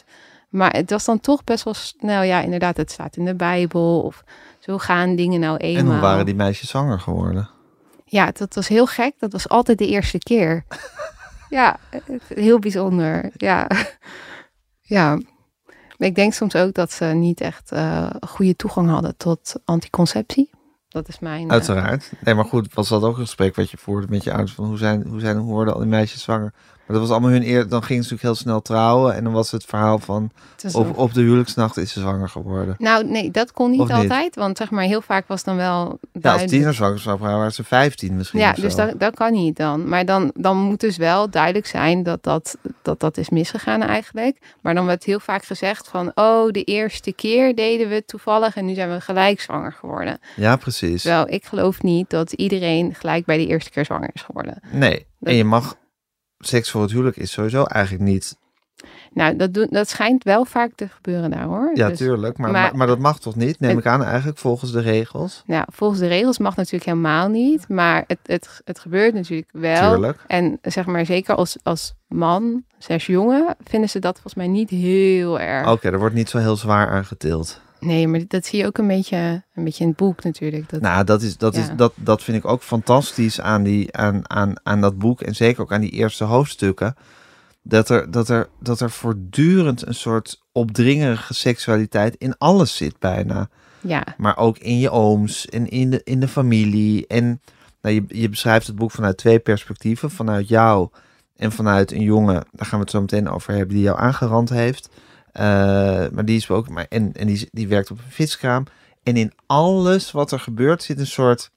[SPEAKER 2] Maar het was dan toch best wel snel, ja, inderdaad, het staat in de Bijbel. Of zo gaan dingen nou eenmaal.
[SPEAKER 1] En hoe waren die meisjes zwanger geworden?
[SPEAKER 2] Ja, dat was heel gek. Dat was altijd de eerste keer. Ja, heel bijzonder. Ja. Ja. Maar ik denk soms ook dat ze niet echt uh, goede toegang hadden tot anticonceptie. Dat is mijn... Uh...
[SPEAKER 1] Uiteraard. Nee, maar goed, was dat ook een gesprek wat je voerde met je ouders? Van hoe zijn, hoe zijn, hoe worden al die meisjes zwanger? Maar dat was allemaal hun eer. Dan gingen ze natuurlijk heel snel trouwen. En dan was het verhaal van op, op de huwelijksnacht is ze zwanger geworden.
[SPEAKER 2] Nou, nee, dat kon niet,
[SPEAKER 1] niet
[SPEAKER 2] altijd. Want zeg maar, heel vaak was dan wel...
[SPEAKER 1] Ja, als tienerzwanger waren ze vijftien misschien.
[SPEAKER 2] Ja, dus dat, dat kan niet dan. Maar dan, dan moet dus wel duidelijk zijn dat dat, dat dat is misgegaan eigenlijk. Maar dan werd heel vaak gezegd van... oh, de eerste keer deden we het toevallig en nu zijn we gelijk zwanger geworden.
[SPEAKER 1] Ja, precies.
[SPEAKER 2] Wel, ik geloof niet dat iedereen gelijk bij de eerste keer zwanger is geworden.
[SPEAKER 1] Nee,
[SPEAKER 2] dat...
[SPEAKER 1] en je mag... Seks voor het huwelijk is sowieso eigenlijk niet...
[SPEAKER 2] Nou, dat, doen, dat schijnt wel vaak te gebeuren daar, hoor.
[SPEAKER 1] Ja,
[SPEAKER 2] dus,
[SPEAKER 1] tuurlijk. Maar, maar, maar, maar dat mag toch niet? Neem het, ik aan eigenlijk volgens de regels?
[SPEAKER 2] Nou, volgens de regels mag natuurlijk helemaal niet. Maar het, het, het gebeurt natuurlijk wel.
[SPEAKER 1] Tuurlijk.
[SPEAKER 2] En zeg maar zeker als, als man, zes jongen, vinden ze dat volgens mij niet heel erg.
[SPEAKER 1] Oké, okay, er wordt niet zo heel zwaar aan getild.
[SPEAKER 2] Nee, maar dat zie je ook een beetje, een beetje in het boek natuurlijk. Dat,
[SPEAKER 1] nou, dat, is, dat,
[SPEAKER 2] ja.
[SPEAKER 1] is, dat, dat vind ik ook fantastisch aan, die, aan, aan, aan dat boek. En zeker ook aan die eerste hoofdstukken. Dat er, dat, er, dat er voortdurend een soort opdringerige seksualiteit in alles zit bijna.
[SPEAKER 2] Ja.
[SPEAKER 1] Maar ook in je ooms en in de, in de familie. En nou, je, je beschrijft het boek vanuit twee perspectieven. Vanuit jou en vanuit een jongen, daar gaan we het zo meteen over hebben, die jou aangerand heeft. Uh, maar die is ook, maar en, en die, die werkt op een viskraam. En in alles wat er gebeurt zit een soort,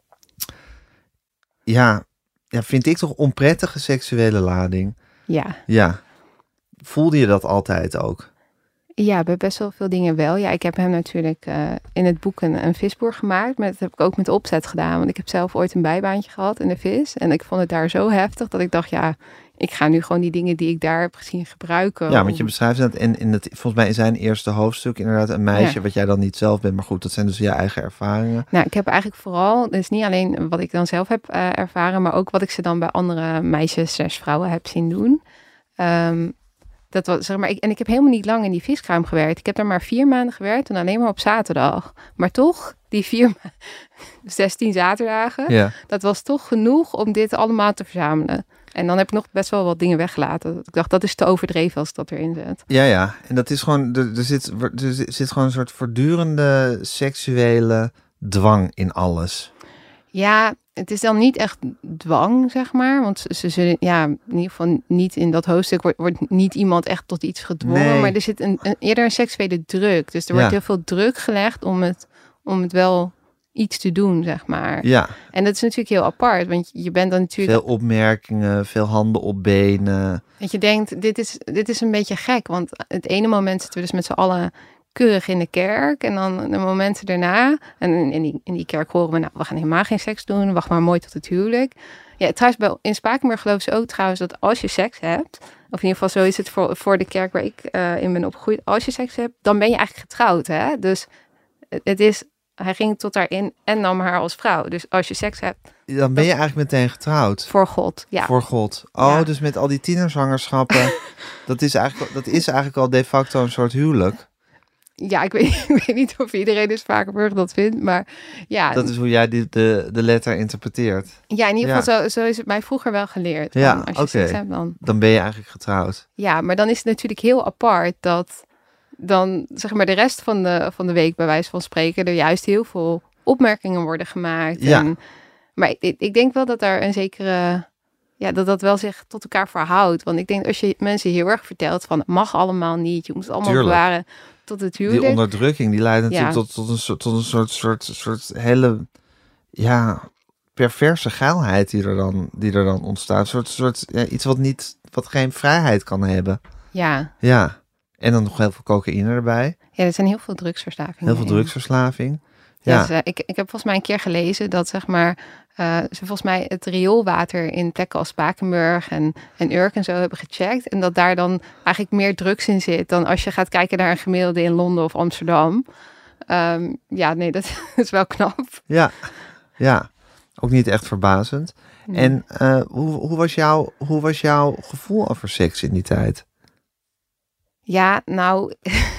[SPEAKER 1] ja, ja, vind ik toch onprettige seksuele lading.
[SPEAKER 2] Ja.
[SPEAKER 1] Ja. Voelde je dat altijd ook?
[SPEAKER 2] Ja, bij best wel veel dingen wel. Ja, ik heb hem natuurlijk uh, in het boek een, een visboer gemaakt. Maar dat heb ik ook met opzet gedaan. Want ik heb zelf ooit een bijbaantje gehad in de vis. En ik vond het daar zo heftig dat ik dacht, ja, ik ga nu gewoon die dingen die ik daar heb gezien gebruiken.
[SPEAKER 1] Ja, want je beschrijft dat in, in het, volgens mij in zijn eerste hoofdstuk inderdaad een meisje, ja. Wat jij dan niet zelf bent. Maar goed, dat zijn dus je eigen ervaringen.
[SPEAKER 2] Nou, ik heb eigenlijk vooral, dus niet alleen wat ik dan zelf heb uh, ervaren, maar ook wat ik ze dan bij andere meisjes slash vrouwen heb zien doen. Um, Dat was, zeg maar, ik, en ik heb helemaal niet lang in die viskraam gewerkt. Ik heb daar maar vier maanden gewerkt en alleen maar op zaterdag. Maar toch, die vier, zestien zaterdagen, ja. Dat was toch genoeg om dit allemaal te verzamelen. En dan heb ik nog best wel wat dingen weggelaten. Ik dacht, dat is te overdreven als ik dat erin zet.
[SPEAKER 1] Ja, ja. En dat is gewoon, er, er, zit, er zit gewoon een soort voortdurende seksuele dwang in alles.
[SPEAKER 2] Ja, het is dan niet echt dwang, zeg maar. Want ze zullen, ja, in ieder geval niet in dat hoofdstuk wordt, wordt niet iemand echt tot iets gedwongen. Nee. Maar er zit een, een, eerder een seksuele druk. Dus er wordt ja. heel veel druk gelegd om het, om het wel iets te doen, zeg maar.
[SPEAKER 1] Ja.
[SPEAKER 2] En dat is natuurlijk heel apart, want je bent dan natuurlijk...
[SPEAKER 1] Veel opmerkingen, veel handen op benen.
[SPEAKER 2] Dat je denkt, dit is, dit is een beetje gek. Want het ene moment zitten we dus met z'n allen keurig in de kerk. En dan de momenten daarna. En in die, in die kerk horen we, nou, we gaan helemaal geen seks doen. Wacht maar mooi tot het huwelijk. Ja, trouwens, bij, in Spakenburg geloven ze ook trouwens dat als je seks hebt, of in ieder geval zo is het voor, voor de kerk waar ik uh, in ben opgegroeid. Als je seks hebt, dan ben je eigenlijk getrouwd, hè? Dus het is, hij ging tot daarin en nam haar als vrouw. Dus als je seks hebt,
[SPEAKER 1] dan ben je eigenlijk meteen getrouwd.
[SPEAKER 2] Voor God, ja.
[SPEAKER 1] Voor God. Oh, ja. Dus met al die tienerzwangerschappen, dat is eigenlijk, dat is eigenlijk al de facto een soort huwelijk.
[SPEAKER 2] Ja, ik weet, ik weet niet of iedereen in Spakenburg dat vindt, maar ja.
[SPEAKER 1] Dat is hoe jij die, de, de letter interpreteert.
[SPEAKER 2] Ja, in ieder geval
[SPEAKER 1] ja.
[SPEAKER 2] zo, zo is het mij vroeger wel geleerd.
[SPEAKER 1] Ja,
[SPEAKER 2] als je
[SPEAKER 1] oké.
[SPEAKER 2] seks hebt, dan...
[SPEAKER 1] dan ben je eigenlijk getrouwd.
[SPEAKER 2] Ja, maar dan is het natuurlijk heel apart dat dan, zeg maar, de rest van de, van de week, bij wijze van spreken, er juist heel veel opmerkingen worden gemaakt.
[SPEAKER 1] Ja.
[SPEAKER 2] En, maar ik, ik denk wel dat daar een zekere... Ja, dat dat wel zich tot elkaar verhoudt. Want ik denk als je mensen heel erg vertelt van, het mag allemaal niet, je moet het allemaal
[SPEAKER 1] Tuurlijk.
[SPEAKER 2] bewaren tot het huwelijk.
[SPEAKER 1] Die onderdrukking, die leidt natuurlijk
[SPEAKER 2] Ja.
[SPEAKER 1] tot, tot, een, soort, tot een soort, soort, soort hele, ja, perverse geilheid die er dan, die er dan ontstaat. Een soort, soort ja, iets wat niet, wat geen vrijheid kan hebben.
[SPEAKER 2] Ja.
[SPEAKER 1] Ja. En dan nog heel veel cocaïne erbij.
[SPEAKER 2] Ja, er zijn heel veel drugsverslavingen.
[SPEAKER 1] Heel veel
[SPEAKER 2] in.
[SPEAKER 1] drugsverslaving.
[SPEAKER 2] Ja,
[SPEAKER 1] Ja.
[SPEAKER 2] dus, uh, ik, ik heb volgens mij een keer gelezen dat, zeg maar, uh, ze volgens mij het rioolwater in plekken als Spakenburg en, en Urk en zo hebben gecheckt. En dat daar dan eigenlijk meer drugs in zit dan als je gaat kijken naar een gemiddelde in Londen of Amsterdam. Um, ja, nee, dat is wel knap.
[SPEAKER 1] Ja, ja. Ook niet echt verbazend.
[SPEAKER 2] Nee.
[SPEAKER 1] En uh, hoe, hoe, was jouw, hoe was jouw gevoel over seks in die tijd?
[SPEAKER 2] Ja, nou,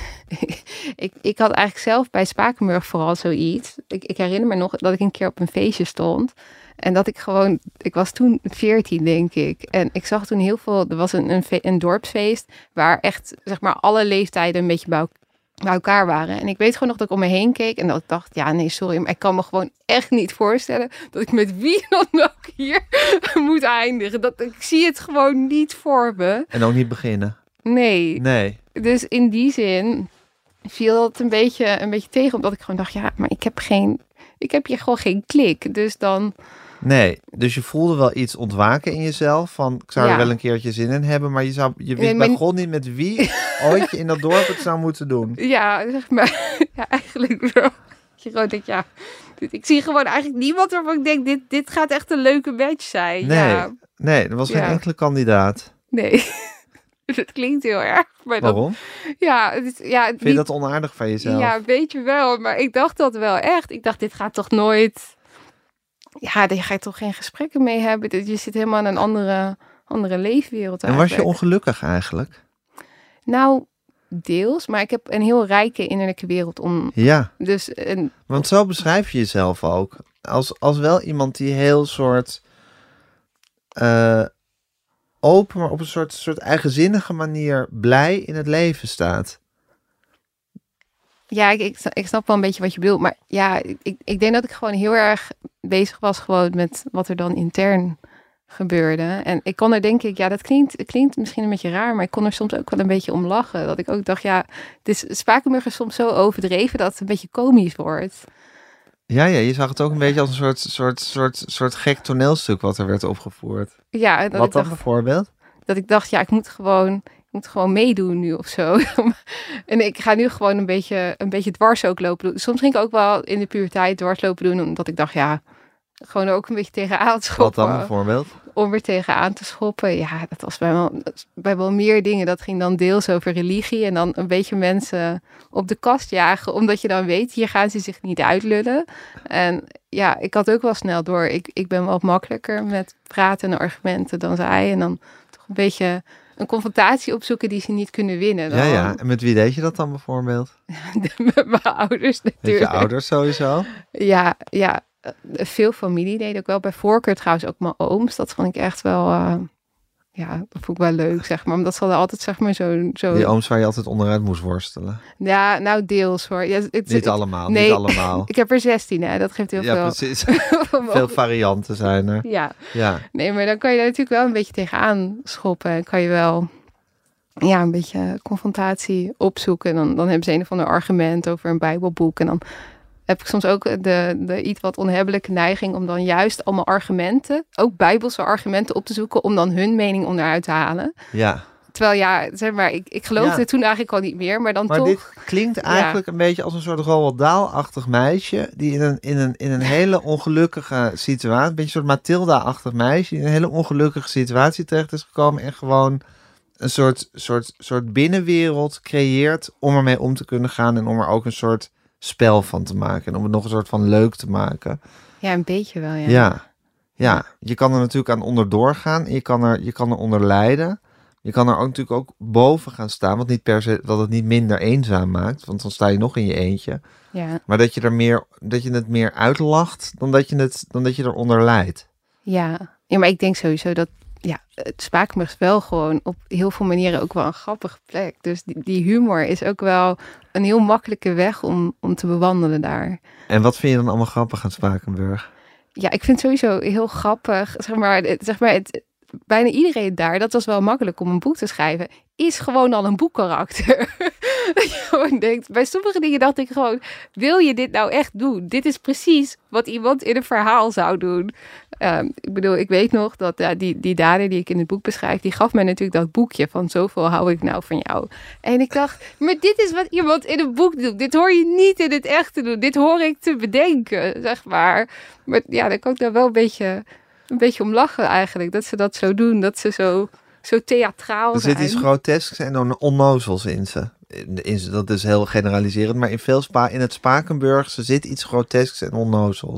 [SPEAKER 2] ik, ik had eigenlijk zelf bij Spakenburg vooral zoiets. Ik, ik herinner me nog dat ik een keer op een feestje stond. En dat ik gewoon, ik was toen veertien, denk ik. En ik zag toen heel veel, er was een, een, fe- een dorpsfeest waar echt, zeg maar, alle leeftijden een beetje bij, el- bij elkaar waren. En ik weet gewoon nog dat ik om me heen keek en dat ik dacht, ja, nee, sorry, maar ik kan me gewoon echt niet voorstellen dat ik met wie dan ook hier moet eindigen. Dat, ik zie het gewoon niet voor me.
[SPEAKER 1] En ook niet beginnen.
[SPEAKER 2] Nee.
[SPEAKER 1] Nee.
[SPEAKER 2] Dus in die zin viel dat een beetje, een beetje tegen, omdat ik gewoon dacht, ja, maar ik heb geen, ik heb hier gewoon geen klik. Dus dan...
[SPEAKER 1] Nee, dus je voelde wel iets ontwaken in jezelf. Van, ik zou er
[SPEAKER 2] Ja.
[SPEAKER 1] wel een keertje zin in hebben. Maar je, zou, je wist
[SPEAKER 2] Nee,
[SPEAKER 1] bij
[SPEAKER 2] maar-
[SPEAKER 1] God niet met wie ooit je in dat dorp het zou moeten doen.
[SPEAKER 2] Ja, zeg maar, ja, eigenlijk wel. Dat je gewoon denkt, ja, dit- ik zie gewoon eigenlijk niemand waarvan ik denk, dit, dit gaat echt een leuke match zijn.
[SPEAKER 1] Nee,
[SPEAKER 2] Ja,
[SPEAKER 1] nee, er was geen
[SPEAKER 2] Ja.
[SPEAKER 1] enkele kandidaat.
[SPEAKER 2] nee. Dat klinkt heel erg. Maar dan,
[SPEAKER 1] Waarom?
[SPEAKER 2] ja, het is, ja,
[SPEAKER 1] Vind je dat onaardig van jezelf?
[SPEAKER 2] Ja, weet je wel. Maar ik dacht dat wel echt. Ik dacht, dit gaat toch nooit... Ja, daar ga je toch geen gesprekken mee hebben. Dit- Je zit helemaal in een andere, andere leefwereld
[SPEAKER 1] En was je
[SPEAKER 2] eigenlijk.
[SPEAKER 1] ongelukkig eigenlijk?
[SPEAKER 2] Nou, deels. Maar ik heb een heel rijke innerlijke wereld om...
[SPEAKER 1] Ja,
[SPEAKER 2] Dus een,
[SPEAKER 1] want zo beschrijf je jezelf ook. Als, als wel iemand die heel soort... eh, open, maar op een soort, soort eigenzinnige manier blij in het leven staat.
[SPEAKER 2] ja, ik, ik, ik snap wel een beetje wat je bedoelt. Maar ja, ik, ik denk dat ik gewoon heel erg bezig was gewoon met wat er dan intern gebeurde. En ik kon er denk ik, ja, dat klinkt, het klinkt misschien een beetje raar, maar ik kon er soms ook wel een beetje om lachen. Dat ik ook dacht, ja, het is Spakenburg is soms zo overdreven dat het een beetje komisch wordt.
[SPEAKER 1] Ja, ja, je zag het ook een beetje als een soort, soort, soort, soort gek toneelstuk wat er werd opgevoerd.
[SPEAKER 2] Ja, en dat
[SPEAKER 1] Wat
[SPEAKER 2] ik
[SPEAKER 1] dan
[SPEAKER 2] dacht,
[SPEAKER 1] bijvoorbeeld?
[SPEAKER 2] dat ik dacht, ja, ik moet gewoon, ik moet gewoon meedoen nu of zo. En ik ga nu gewoon een beetje, een beetje dwars ook lopen doen. Soms ging ik ook wel in de puberteit dwars lopen doen, omdat ik dacht, ja, gewoon er ook een beetje tegenaan
[SPEAKER 1] Wat
[SPEAKER 2] schoppen.
[SPEAKER 1] dan bijvoorbeeld?
[SPEAKER 2] Om weer tegenaan te schoppen. Ja, dat was bij wel, bij wel meer dingen. Dat ging dan deels over religie en dan een beetje mensen op de kast jagen, omdat je dan weet, hier gaan ze zich niet uitlullen. En ja, ik had ook wel snel door, ik, ik ben wat makkelijker met praten en argumenten dan zij. En dan toch een beetje een confrontatie opzoeken die ze niet kunnen winnen. Dan.
[SPEAKER 1] Ja, ja. En met wie deed je dat dan bijvoorbeeld?
[SPEAKER 2] Met mijn ouders
[SPEAKER 1] Met
[SPEAKER 2] natuurlijk.
[SPEAKER 1] je ouders sowieso?
[SPEAKER 2] Ja, ja. eh, Veel familie deed ook wel. Bij voorkeur trouwens ook mijn ooms. Dat vond ik echt wel... eh, ja, dat vond ik wel leuk, zeg maar. Omdat ze hadden altijd, zeg maar, zo... zo
[SPEAKER 1] Die ooms waar je altijd onderuit moest worstelen.
[SPEAKER 2] Ja, nou deels hoor. Ja, het,
[SPEAKER 1] Niet
[SPEAKER 2] ik,
[SPEAKER 1] allemaal,
[SPEAKER 2] nee.
[SPEAKER 1] niet allemaal.
[SPEAKER 2] ik heb er zestien, hè. Dat geeft heel
[SPEAKER 1] Ja,
[SPEAKER 2] veel...
[SPEAKER 1] precies. Veel varianten zijn er.
[SPEAKER 2] Ja,
[SPEAKER 1] Ja.
[SPEAKER 2] nee, maar dan kan je daar natuurlijk wel een beetje tegenaan schoppen. En kan je wel... Ja, een beetje confrontatie opzoeken. En dan, dan hebben ze een of ander argument over een bijbelboek. En dan heb ik soms ook de, de iets wat onhebbelijke neiging om dan juist allemaal argumenten, ook bijbelse argumenten op te zoeken, om dan hun mening onderuit te halen.
[SPEAKER 1] Ja.
[SPEAKER 2] Terwijl ja, zeg maar, ik, ik geloofde
[SPEAKER 1] Ja.
[SPEAKER 2] toen eigenlijk al niet meer, maar dan
[SPEAKER 1] Maar
[SPEAKER 2] toch...
[SPEAKER 1] dit klinkt eigenlijk een beetje als een soort Roald Dahl-achtig meisje die in een, in een, in een hele ongelukkige situatie, een beetje een soort Mathilda-achtig meisje, die in een hele ongelukkige situatie terecht is gekomen en gewoon een soort, soort, soort binnenwereld creëert om ermee om te kunnen gaan en om er ook een soort spel van te maken en om het nog een soort van leuk te maken.
[SPEAKER 2] Ja, een beetje wel, ja.
[SPEAKER 1] Ja, ja. Je kan er natuurlijk aan onderdoor gaan en je kan er, je kan er onder lijden. Je kan er ook natuurlijk ook boven gaan staan, wat niet per se, wat het niet minder eenzaam maakt, want dan sta je nog in je eentje.
[SPEAKER 2] Ja,
[SPEAKER 1] Maar dat je er meer, dat je het meer uitlacht dan dat je het, dan dat je eronder lijdt.
[SPEAKER 2] ja. Ja, maar ik denk sowieso dat ja, het Spakenburg is wel gewoon op heel veel manieren ook wel een grappige plek. Dus die, die humor is ook wel een heel makkelijke weg om, om te bewandelen daar.
[SPEAKER 1] En wat vind je dan allemaal grappig aan Spakenburg?
[SPEAKER 2] Ja, ik vind het sowieso heel grappig. Zeg maar, het, zeg maar het, bijna iedereen daar, dat was wel makkelijk om een boek te schrijven, is gewoon al een boekkarakter. Dat je gewoon denkt, bij sommige dingen dacht ik gewoon, wil je dit nou echt doen? Dit is precies wat iemand in een verhaal zou doen. Um, ik bedoel, ik weet nog dat ja, die, die dader die ik in het boek beschrijf, die gaf mij natuurlijk dat boekje van zoveel hou ik nou van jou. En ik dacht, maar dit is wat iemand in een boek doet. Dit hoor je niet in het echt te doen. Dit hoor ik te bedenken, zeg maar. Maar ja, daar kan ik dan wel een beetje, een beetje om lachen eigenlijk. Dat ze dat zo doen, dat ze zo, zo theatraal
[SPEAKER 1] Er
[SPEAKER 2] zijn.
[SPEAKER 1] zit iets grotesks en on- onnozels in ze. In, in, ze- dat is heel generaliserend, maar in veel spa, in het Spakenburgse zit iets grotesks en onnozels.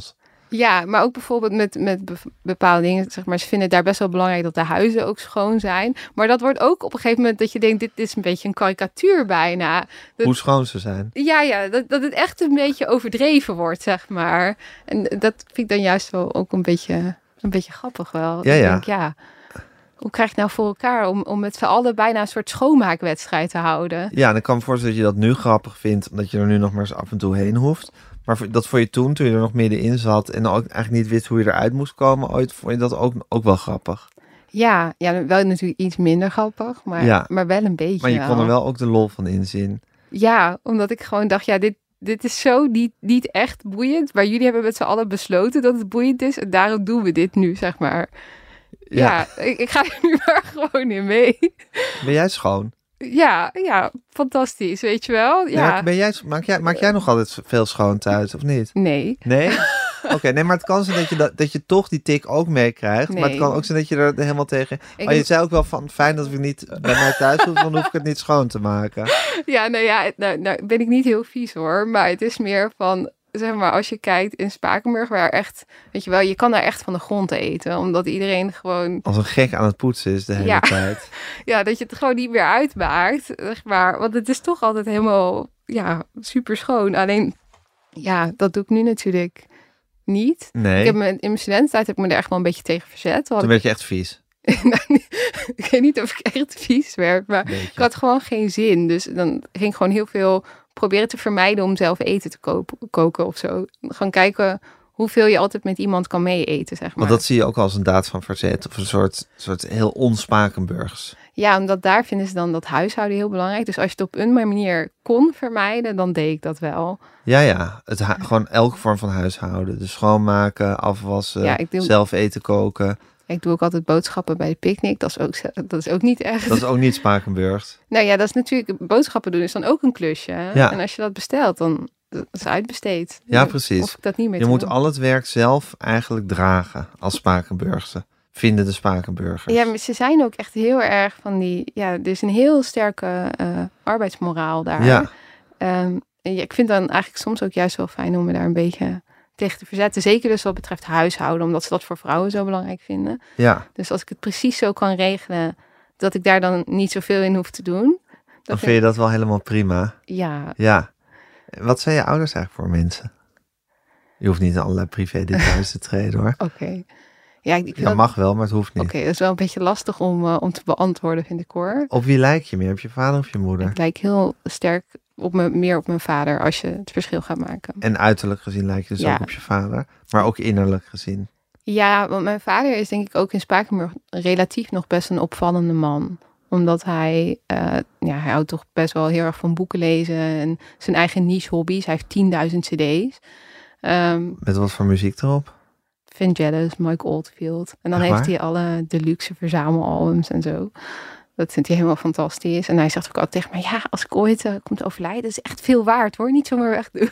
[SPEAKER 2] Ja, maar ook bijvoorbeeld met, met be- bepaalde dingen, zeg maar, ze vinden het daar best wel belangrijk dat de huizen ook schoon zijn. Maar dat wordt ook op een gegeven moment dat je denkt, dit is een beetje een karikatuur bijna. Dat,
[SPEAKER 1] Hoe schoon ze zijn.
[SPEAKER 2] ja, ja, dat, dat het echt een beetje overdreven wordt, zeg maar. En dat vind ik dan juist wel ook een beetje, een beetje grappig wel.
[SPEAKER 1] Ja,
[SPEAKER 2] ik
[SPEAKER 1] ja.
[SPEAKER 2] denk, ja, hoe krijg je het nou voor elkaar om, om met z'n allen bijna een soort schoonmaakwedstrijd te houden?
[SPEAKER 1] Ja, en ik kan me voorstellen dat je dat nu grappig vindt, omdat je er nu nog maar eens af en toe heen hoeft. Maar voor- dat voor je toen, toen je er nog middenin zat en ook eigenlijk niet wist hoe je eruit moest komen, ooit vond je dat ook, ook wel grappig.
[SPEAKER 2] Ja, ja, wel natuurlijk iets minder grappig, maar,
[SPEAKER 1] Ja.
[SPEAKER 2] maar wel een beetje
[SPEAKER 1] Maar je
[SPEAKER 2] wel.
[SPEAKER 1] kon er wel ook de lol van inzien.
[SPEAKER 2] Ja, omdat ik gewoon dacht, ja, dit, dit is zo niet, niet echt boeiend. Maar jullie hebben met z'n allen besloten dat het boeiend is. En daarom doen we dit nu, zeg maar. Ja,
[SPEAKER 1] Ja.
[SPEAKER 2] ik, ik ga er nu maar gewoon in mee.
[SPEAKER 1] Ben jij schoon?
[SPEAKER 2] Ja, ja, fantastisch, weet je wel?
[SPEAKER 1] Nee, maar
[SPEAKER 2] Ja,
[SPEAKER 1] ben jij, maak, jij, maak jij nog altijd veel schoon thuis, of niet?
[SPEAKER 2] nee.
[SPEAKER 1] Nee? Oké, nee, maar het kan zijn dat je, dat, dat je toch die tik ook meekrijgt. Maar het
[SPEAKER 2] Nee.
[SPEAKER 1] kan ook zijn dat je er helemaal tegen...
[SPEAKER 2] Ik
[SPEAKER 1] Oh, je
[SPEAKER 2] heb-
[SPEAKER 1] zei ook wel van, fijn dat ik niet bij mij thuis hoef, dan hoef ik het niet schoon te maken.
[SPEAKER 2] Ja, nou ja, het- nou, nou ben ik niet heel vies hoor. Maar het is meer van, zeg maar, als je kijkt in Spakenburg, waar echt, weet je wel, je kan daar echt van de grond eten. Omdat iedereen gewoon,
[SPEAKER 1] Als een gek aan het poetsen is de hele
[SPEAKER 2] Ja.
[SPEAKER 1] tijd.
[SPEAKER 2] ja, dat je het gewoon niet meer uitmaakt, zeg maar. Want het is toch altijd helemaal, ja, super schoon. Alleen, ja, dat doe ik nu natuurlijk niet.
[SPEAKER 1] Nee,
[SPEAKER 2] Ik heb me, in mijn studententijd heb ik me er echt wel een beetje tegen verzet. Want
[SPEAKER 1] toen werd je echt vies.
[SPEAKER 2] nou, ik weet niet of ik echt vies werd, maar
[SPEAKER 1] Beetje.
[SPEAKER 2] ik had gewoon geen zin. Dus dan ging ik gewoon heel veel proberen te vermijden om zelf eten te kopen, koken of zo. Gewoon kijken hoeveel je altijd met iemand kan mee eten, zeg maar.
[SPEAKER 1] Want dat zie je ook als een daad van verzet. Of een soort, soort heel onspakenburgs.
[SPEAKER 2] Ja, omdat daar vinden ze dan dat huishouden heel belangrijk. Dus als je het op een manier kon vermijden, dan deed ik dat wel.
[SPEAKER 1] Ja, ja. Het hu- gewoon elke vorm van huishouden. Dus schoonmaken, afwassen,
[SPEAKER 2] Ja, ik doe-
[SPEAKER 1] zelf eten koken.
[SPEAKER 2] Ik doe ook altijd boodschappen bij de picknick. Dat is ook, ze- dat is ook niet echt.
[SPEAKER 1] Dat is ook niet Spakenburgs.
[SPEAKER 2] Nou ja, dat is natuurlijk, boodschappen doen is dan ook een klusje. hè?
[SPEAKER 1] Ja.
[SPEAKER 2] En als je dat bestelt, dan dat is uitbesteed.
[SPEAKER 1] Ja,
[SPEAKER 2] Dan
[SPEAKER 1] precies.
[SPEAKER 2] hoef ik dat niet meer
[SPEAKER 1] Je
[SPEAKER 2] te
[SPEAKER 1] moet
[SPEAKER 2] doen.
[SPEAKER 1] al het werk zelf eigenlijk dragen als Spakenburgse. Vinden de Spakenburgers.
[SPEAKER 2] Ja, maar ze zijn ook echt heel erg van die... Ja, er is een heel sterke eh, arbeidsmoraal daar.
[SPEAKER 1] Ja.
[SPEAKER 2] Ehm, en ja, ik vind dan eigenlijk soms ook juist wel fijn om me daar een beetje tegen te verzetten. Zeker dus wat betreft huishouden, omdat ze dat voor vrouwen zo belangrijk vinden.
[SPEAKER 1] Ja,
[SPEAKER 2] Dus als ik het precies zo kan regelen, dat ik daar dan niet zoveel in hoef te doen.
[SPEAKER 1] dan vind je dat wel helemaal prima.
[SPEAKER 2] Ja,
[SPEAKER 1] Ja. Wat zijn je ouders eigenlijk voor mensen? Je hoeft niet in allerlei privé details te treden hoor.
[SPEAKER 2] oké. Ja, ik, ik vind
[SPEAKER 1] Dat
[SPEAKER 2] dat-
[SPEAKER 1] mag wel, maar het hoeft niet.
[SPEAKER 2] Oké, dat is wel een beetje lastig om, eh, om te beantwoorden, vind ik hoor.
[SPEAKER 1] Op wie lijk je meer? Op je vader of je moeder?
[SPEAKER 2] Ik lijk heel sterk op me, meer op mijn vader als je het verschil gaat maken.
[SPEAKER 1] En uiterlijk gezien lijk je dus
[SPEAKER 2] Ja.
[SPEAKER 1] ook op je vader. Maar ook innerlijk gezien.
[SPEAKER 2] Ja, want mijn vader is denk ik ook in Spakenburg relatief nog best een opvallende man. Omdat hij, eh, ja, hij houdt toch best wel heel erg van boeken lezen en zijn eigen niche hobby's. Hij heeft tienduizend cd's. Ehm
[SPEAKER 1] Met wat voor muziek erop?
[SPEAKER 2] Vangelis, Mike Oldfield. En dan
[SPEAKER 1] Echt
[SPEAKER 2] heeft
[SPEAKER 1] waar?
[SPEAKER 2] hij alle deluxe verzamelalbums en zo. Dat vindt hij helemaal fantastisch. En hij zegt ook altijd tegen mij, ja, als ik ooit uh, kom te overlijden, dat is echt veel waard hoor. Niet zomaar wegdoen.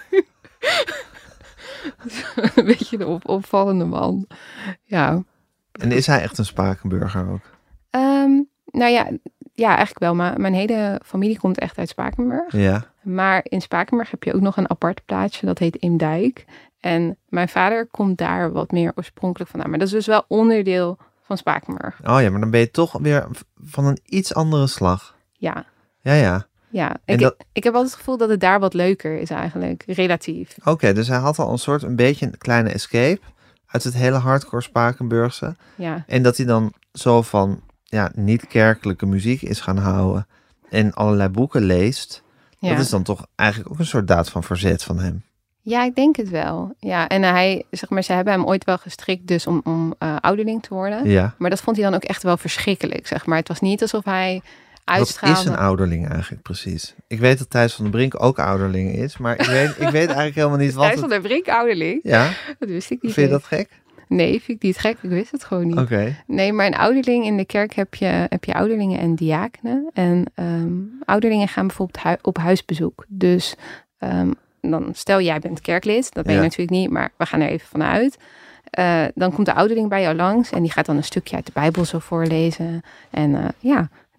[SPEAKER 2] Een beetje de op, opvallende man. Ja.
[SPEAKER 1] En is hij echt een Spakenburger ook?
[SPEAKER 2] Ehm, nou ja, ja, eigenlijk wel. Maar mijn hele familie komt echt uit Spakenburg.
[SPEAKER 1] Ja.
[SPEAKER 2] Maar in Spakenburg heb je ook nog een apart plaatsje. Dat heet Imdijk. En mijn vader komt daar wat meer oorspronkelijk vandaan. Maar dat is dus wel onderdeel van Spakenburg.
[SPEAKER 1] Oh ja, maar dan ben je toch weer van een iets andere slag.
[SPEAKER 2] Ja,
[SPEAKER 1] Ja, ja.
[SPEAKER 2] ja.
[SPEAKER 1] En
[SPEAKER 2] Ik,
[SPEAKER 1] dat-
[SPEAKER 2] ik heb altijd het gevoel dat het daar wat leuker is eigenlijk. Relatief.
[SPEAKER 1] Oké, dus hij had al een soort, een beetje een kleine escape uit het hele hardcore Spakenburgse.
[SPEAKER 2] Ja,
[SPEAKER 1] En dat hij dan zo van, ja, niet-kerkelijke muziek is gaan houden en allerlei boeken leest.
[SPEAKER 2] ja.
[SPEAKER 1] Dat is dan toch eigenlijk ook een soort daad van verzet van hem.
[SPEAKER 2] Ja, ik denk het wel. Ja, en hij, zeg maar, ze hebben hem ooit wel gestrikt dus om, om uh, ouderling te worden.
[SPEAKER 1] Ja.
[SPEAKER 2] Maar dat vond hij dan ook echt wel verschrikkelijk, zeg maar. Het was niet alsof hij
[SPEAKER 1] Wat
[SPEAKER 2] uitstraalde.
[SPEAKER 1] is een ouderling eigenlijk precies? Ik weet dat Thijs van den Brink ook ouderling is, maar ik weet, ik weet eigenlijk helemaal niet wat
[SPEAKER 2] Thijs van
[SPEAKER 1] het...
[SPEAKER 2] der Brink ouderling?
[SPEAKER 1] Ja,
[SPEAKER 2] Dat wist ik niet.
[SPEAKER 1] vind je dat
[SPEAKER 2] eens.
[SPEAKER 1] gek?
[SPEAKER 2] Nee, vind ik niet gek. Ik wist het gewoon niet.
[SPEAKER 1] Oké.
[SPEAKER 2] Nee, maar een ouderling in de kerk heb je, heb je ouderlingen en diakenen. En um, ouderlingen gaan bijvoorbeeld hu- op huisbezoek. Dus um, dan stel jij bent kerklid. Dat ben je
[SPEAKER 1] Ja.
[SPEAKER 2] natuurlijk niet, maar we gaan er even vanuit. Uh, dan komt de ouderling bij jou langs en die gaat dan een stukje uit de Bijbel zo voorlezen. En uh, ja,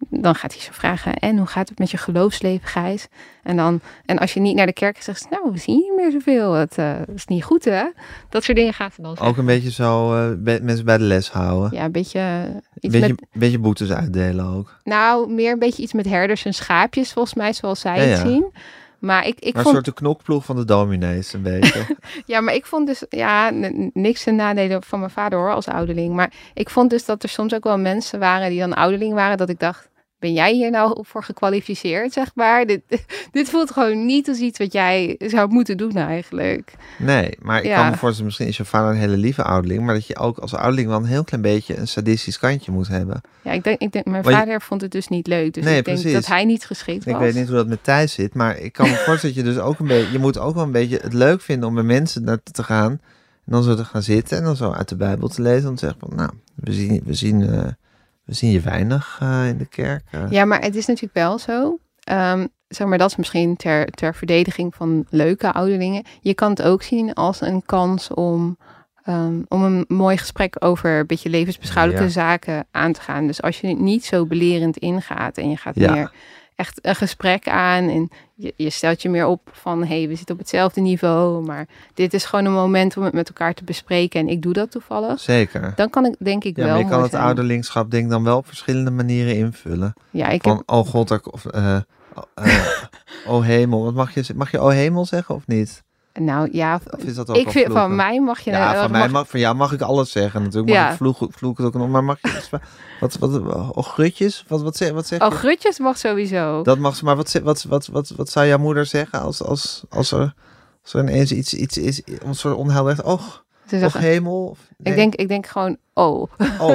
[SPEAKER 2] dan gaat hij zo vragen, en hoe gaat het met je geloofsleven, Gijs? En, dan, en als je niet naar de kerk gaat, zegt nou, we zien niet meer zoveel. Het uh, is niet goed, hè? Dat soort dingen gaat ze dan zeggen.
[SPEAKER 1] Ook een beetje zo uh, be- mensen bij de les houden.
[SPEAKER 2] Ja, een beetje... Uh, iets
[SPEAKER 1] beetje,
[SPEAKER 2] met...
[SPEAKER 1] beetje boetes uitdelen ook.
[SPEAKER 2] Nou, meer een beetje iets met herders en schaapjes, volgens mij, zoals zij ja, het ja. zien. Maar ik, ik
[SPEAKER 1] maar
[SPEAKER 2] vond...
[SPEAKER 1] een soort de knokploeg van de dominees, een beetje.
[SPEAKER 2] Ja, maar ik vond dus... Ja, n- niks ten nadele van mijn vader, hoor, als ouderling. Maar ik vond dus dat er soms ook wel mensen waren die dan ouderling waren, dat ik dacht, ben jij hier nou voor gekwalificeerd, zeg maar? Dit, dit voelt gewoon niet als iets wat jij zou moeten doen eigenlijk.
[SPEAKER 1] Nee, maar ik ja. kan me voorstellen, misschien is je vader een hele lieve ouderling, maar dat je ook als ouderling wel een heel klein beetje een sadistisch kantje moet hebben.
[SPEAKER 2] Ja, ik denk, ik denk mijn maar vader je... vond het dus niet leuk, dus nee, ik denk precies. dat hij niet geschikt was.
[SPEAKER 1] Ik weet niet hoe dat met Thijs zit, maar ik kan me voorstellen dat je dus ook een beetje, je moet ook wel een beetje het leuk vinden om bij mensen naartoe te gaan en dan zo te gaan zitten en dan zo uit de Bijbel te lezen en te zeggen van, nou, we zien, we zien uh, We zien je weinig uh, in de kerk. Uh.
[SPEAKER 2] Ja, maar het is natuurlijk wel zo. Um, zeg maar, dat is misschien ter, ter verdediging van leuke ouderlingen. Je kan het ook zien als een kans om, um, om een mooi gesprek over een beetje levensbeschouwelijke ja. zaken aan te gaan. Dus als je niet zo belerend ingaat en je gaat ja. meer echt een gesprek aan en je, je stelt je meer op van, hé, hey, we zitten op hetzelfde niveau, maar dit is gewoon een moment om het met elkaar te bespreken en ik doe dat toevallig.
[SPEAKER 1] Zeker.
[SPEAKER 2] Dan kan ik denk ik
[SPEAKER 1] ja,
[SPEAKER 2] wel.
[SPEAKER 1] Maar je kan het
[SPEAKER 2] zijn.
[SPEAKER 1] ouderlingschap denk ik dan wel op verschillende manieren invullen.
[SPEAKER 2] Ja, ik
[SPEAKER 1] van,
[SPEAKER 2] heb...
[SPEAKER 1] oh god, er, of, uh, uh, oh hemel, wat mag je, mag je oh hemel zeggen of niet?
[SPEAKER 2] Nou ja,
[SPEAKER 1] of is dat ook
[SPEAKER 2] ik vind vloeken? Van mij mag je...
[SPEAKER 1] Ja,
[SPEAKER 2] uh,
[SPEAKER 1] van,
[SPEAKER 2] mag...
[SPEAKER 1] mij mag, van jou mag ik alles zeggen natuurlijk. Mag
[SPEAKER 2] ja.
[SPEAKER 1] ik vloeken, vloeken ook nog, maar mag je... Wat, wat, oh, grutjes? Wat, wat, zeg, wat zeg
[SPEAKER 2] je?
[SPEAKER 1] Oh,
[SPEAKER 2] grutjes mag sowieso.
[SPEAKER 1] Dat mag ze, maar wat, wat, wat, wat, wat zou jouw moeder zeggen als, als, als, er, als er ineens iets, iets is, een soort onheil och, och hemel? Of, nee.
[SPEAKER 2] ik, denk, ik denk gewoon, oh.
[SPEAKER 1] Oh.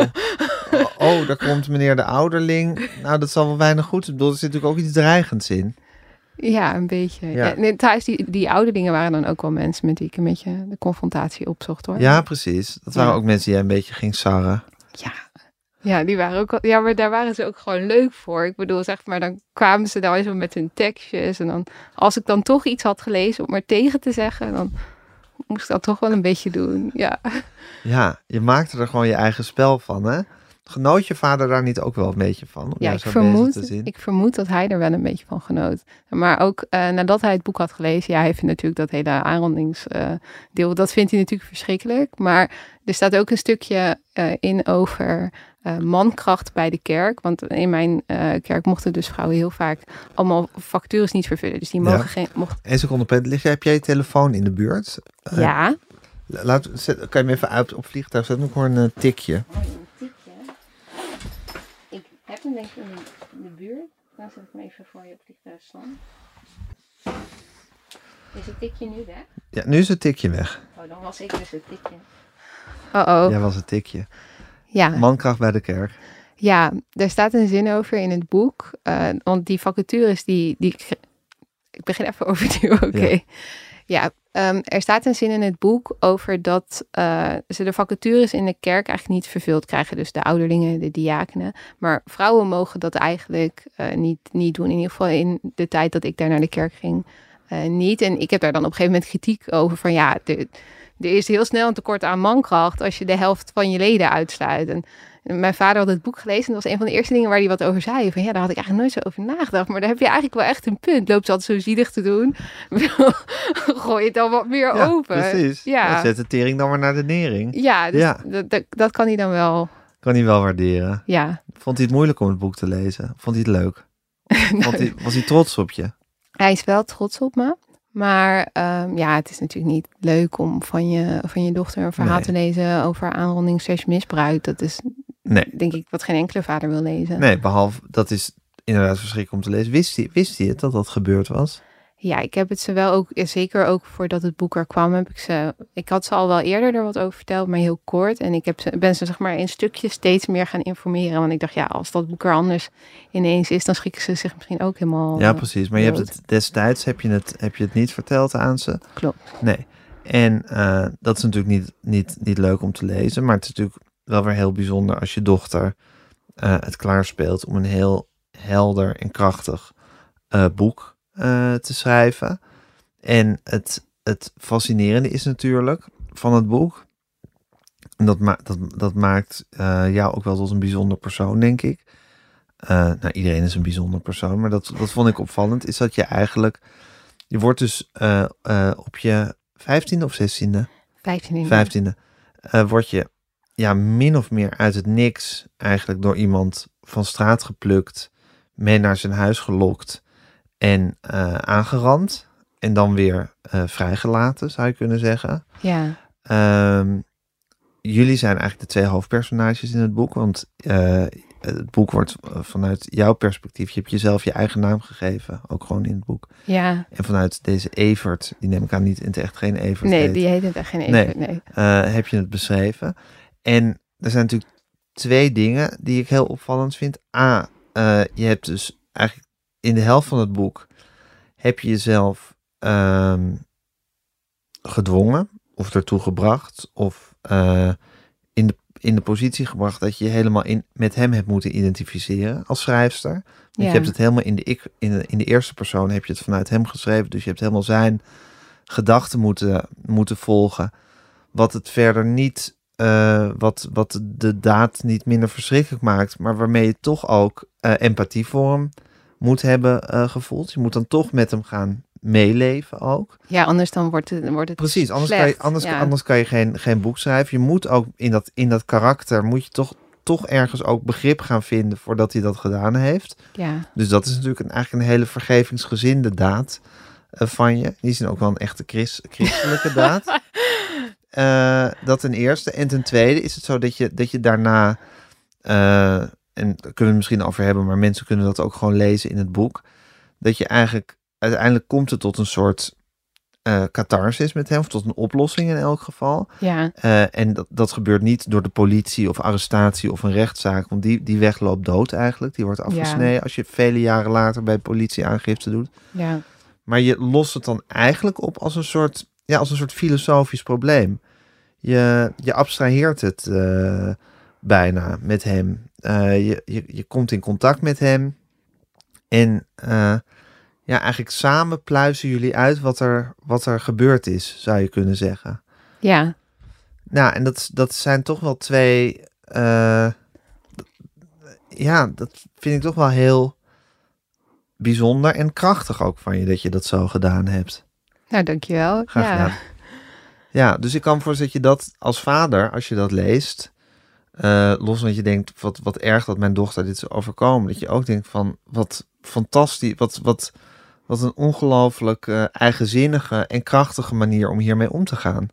[SPEAKER 1] Oh, daar komt meneer de ouderling. Nou, dat zal wel weinig goed. Ik bedoel, er zit natuurlijk ook iets dreigends in.
[SPEAKER 2] Ja, een beetje. Ja. Ja, nee, thuis, die, die ouderlingen waren dan ook wel mensen met wie ik een beetje de confrontatie opzocht, hoor.
[SPEAKER 1] Ja, precies. Dat waren ja. ook mensen die jij een beetje ging sarren.
[SPEAKER 2] Ja. Ja, die waren ook, ja, maar daar waren ze ook gewoon leuk voor. Ik bedoel, zeg maar, dan kwamen ze dan zo met hun tekstjes. En dan, als ik dan toch iets had gelezen om er tegen te zeggen, dan moest ik dat toch wel een beetje doen. Ja,
[SPEAKER 1] ja, je maakte er gewoon je eigen spel van, hè? Genoot je vader daar niet ook wel een beetje van? Om
[SPEAKER 2] ja, ik vermoed, ik vermoed dat hij er wel een beetje van genoot. Maar ook uh, nadat hij het boek had gelezen, ja, hij vindt natuurlijk dat hele aanrondingsdeel, uh, dat vindt hij natuurlijk verschrikkelijk. Maar er staat ook een stukje uh, in over uh, mankracht bij de kerk. Want in mijn uh, kerk mochten dus vrouwen heel vaak allemaal vacatures niet vervullen. Dus die mogen ja. geen... Mocht...
[SPEAKER 1] Eén seconde, lig jij, heb jij je telefoon in de buurt?
[SPEAKER 2] Uh, ja.
[SPEAKER 1] Laat, zet, kan je hem even uit op vliegtuig zetten? Ik hoor een uh, tikje.
[SPEAKER 2] Ik heb hem denk ik in de, in de buurt. Dan zet ik hem even voor je op vliegtuigstand. Is het tikje nu weg?
[SPEAKER 1] Ja, nu is het tikje weg.
[SPEAKER 2] Oh, dan was ik dus het tikje. Oh-oh.
[SPEAKER 1] Jij was het tikje.
[SPEAKER 2] Ja.
[SPEAKER 1] Mankracht bij de kerk.
[SPEAKER 2] Ja, daar staat een zin over in het boek. Uh, want die vacatures die... die ik begin even overnieuw, oké. Okay. Ja, ja um, er staat een zin in het boek over dat uh, ze de vacatures in de kerk eigenlijk niet vervuld krijgen. Dus de ouderlingen, de diakenen. Maar vrouwen mogen dat eigenlijk uh, niet, niet doen. In ieder geval in de tijd dat ik daar naar de kerk ging uh, niet. En ik heb daar dan op een gegeven moment kritiek over van ja, de, er is heel snel een tekort aan mankracht als je de helft van je leden uitsluit. En mijn vader had het boek gelezen en dat was een van de eerste dingen waar hij wat over zei. Van ja, daar had ik eigenlijk nooit zo over nagedacht. Maar daar heb je eigenlijk wel echt een punt. Loopt ze altijd zo zielig te doen. Gooi je het dan wat meer
[SPEAKER 1] ja,
[SPEAKER 2] open.
[SPEAKER 1] Precies. Ja, ja. Zet de tering dan maar naar de nering.
[SPEAKER 2] Ja, dus ja. Dat, dat, dat kan hij dan wel.
[SPEAKER 1] Kan hij wel waarderen.
[SPEAKER 2] Ja.
[SPEAKER 1] Vond hij het moeilijk om het boek te lezen? Vond hij het leuk? Vond hij, was hij trots op je?
[SPEAKER 2] Hij is wel trots op me. Maar um, ja, het is natuurlijk niet leuk om van je, van je dochter een verhaal nee. te lezen over aanronding slash misbruik. Dat is nee. denk ik wat geen enkele vader wil lezen.
[SPEAKER 1] Nee, behalve dat is inderdaad verschrikkelijk om te lezen. Wist hij, wist hij het dat dat gebeurd was?
[SPEAKER 2] Ja, ik heb het ze wel ook, zeker ook voordat het boek er kwam, heb ik ze, ik had ze al wel eerder er wat over verteld, maar heel kort. En ik heb ze, ben ze zeg maar in stukjes steeds meer gaan informeren. Want ik dacht, ja, als dat boek er anders ineens is, dan schrikken ze zich misschien ook helemaal.
[SPEAKER 1] Ja, precies. Maar je hebt het destijds, heb je het, heb je het niet verteld aan ze?
[SPEAKER 2] Klopt.
[SPEAKER 1] Nee. En uh, dat is natuurlijk niet, niet, niet leuk om te lezen, maar het is natuurlijk wel weer heel bijzonder als je dochter uh, het klaarspeelt om een heel helder en krachtig uh, boek Uh, te schrijven. En het, het fascinerende is natuurlijk van het boek, en dat, ma- dat, dat maakt uh, jou ook wel tot een bijzonder persoon, denk ik, Uh, nou, iedereen is een bijzonder persoon, maar dat, dat vond ik opvallend. Is dat je eigenlijk... Je wordt dus uh, uh, op je vijftiende of zestiende?
[SPEAKER 2] Vijftiende.
[SPEAKER 1] Vijftiende. Uh, word je ja, min of meer uit het niks eigenlijk door iemand van straat geplukt, mee naar zijn huis gelokt en uh, aangerand. En dan weer uh, vrijgelaten, zou je kunnen zeggen.
[SPEAKER 2] Ja.
[SPEAKER 1] Um, jullie zijn eigenlijk de twee hoofdpersonages in het boek, want uh, het boek wordt vanuit jouw perspectief, je hebt jezelf je eigen naam gegeven, ook gewoon in het boek.
[SPEAKER 2] Ja.
[SPEAKER 1] En vanuit deze Evert, die neem ik aan niet in het echt geen Evert
[SPEAKER 2] Nee,
[SPEAKER 1] heet.
[SPEAKER 2] die heet het echt geen Evert, nee.
[SPEAKER 1] nee. Uh, heb je het beschreven. En er zijn natuurlijk twee dingen die ik heel opvallend vind. A, uh, je hebt dus eigenlijk in de helft van het boek heb je jezelf um, gedwongen of ertoe gebracht of uh, in, de, in de positie gebracht dat je je helemaal in, met hem hebt moeten identificeren als schrijfster. Want ja. Je hebt het helemaal in de, ik, in, de, in de eerste persoon heb je het vanuit hem geschreven. Dus je hebt helemaal zijn gedachten moeten, moeten volgen. Wat het verder niet, uh, wat, wat de daad niet minder verschrikkelijk maakt, maar waarmee je toch ook uh, empathie voor hem moet hebben uh, gevoeld. Je moet dan toch met hem gaan meeleven ook.
[SPEAKER 2] Ja, anders dan wordt het, wordt het
[SPEAKER 1] Precies, anders
[SPEAKER 2] slecht.
[SPEAKER 1] kan je, anders,
[SPEAKER 2] ja.
[SPEAKER 1] anders kan je geen, geen boek schrijven. Je moet ook in dat, in dat karakter, moet je toch, toch ergens ook begrip gaan vinden voordat hij dat gedaan heeft.
[SPEAKER 2] Ja.
[SPEAKER 1] Dus dat is natuurlijk een, eigenlijk een hele vergevingsgezinde daad uh, van je. Die zijn ook wel een echte christ, christelijke daad. Uh, dat ten eerste. En ten tweede is het zo dat je, dat je daarna, uh, en daar kunnen we het misschien over hebben, maar mensen kunnen dat ook gewoon lezen in het boek, dat je eigenlijk, uiteindelijk komt het tot een soort uh, catharsis met hem, of tot een oplossing in elk geval.
[SPEAKER 2] Ja.
[SPEAKER 1] Uh, en dat, dat gebeurt niet door de politie of arrestatie of een rechtszaak, want die, die weg loopt dood eigenlijk. Die wordt afgesneden ja. als je vele jaren later bij politie aangifte doet.
[SPEAKER 2] Ja.
[SPEAKER 1] Maar je lost het dan eigenlijk op als een soort, ja, als een soort filosofisch probleem. Je, je abstraheert het uh, bijna met hem. Uh, je, je, je komt in contact met hem. En uh, ja, eigenlijk samen pluizen jullie uit wat er, wat er gebeurd is, zou je kunnen zeggen.
[SPEAKER 2] Ja.
[SPEAKER 1] Nou, en dat, dat zijn toch wel twee... Uh, ja, dat vind ik toch wel heel bijzonder en krachtig ook van je, dat je dat zo gedaan hebt.
[SPEAKER 2] Nou, dankjewel.
[SPEAKER 1] Graag
[SPEAKER 2] ja.
[SPEAKER 1] gedaan. Ja, dus ik kan me voorstellen dat je dat als vader, als je dat leest, uh, los van dat je denkt, wat, wat erg dat mijn dochter dit is overkomen, dat je ook denkt van, wat fantastisch, wat, wat, wat een ongelooflijk uh, eigenzinnige en krachtige manier om hiermee om te gaan.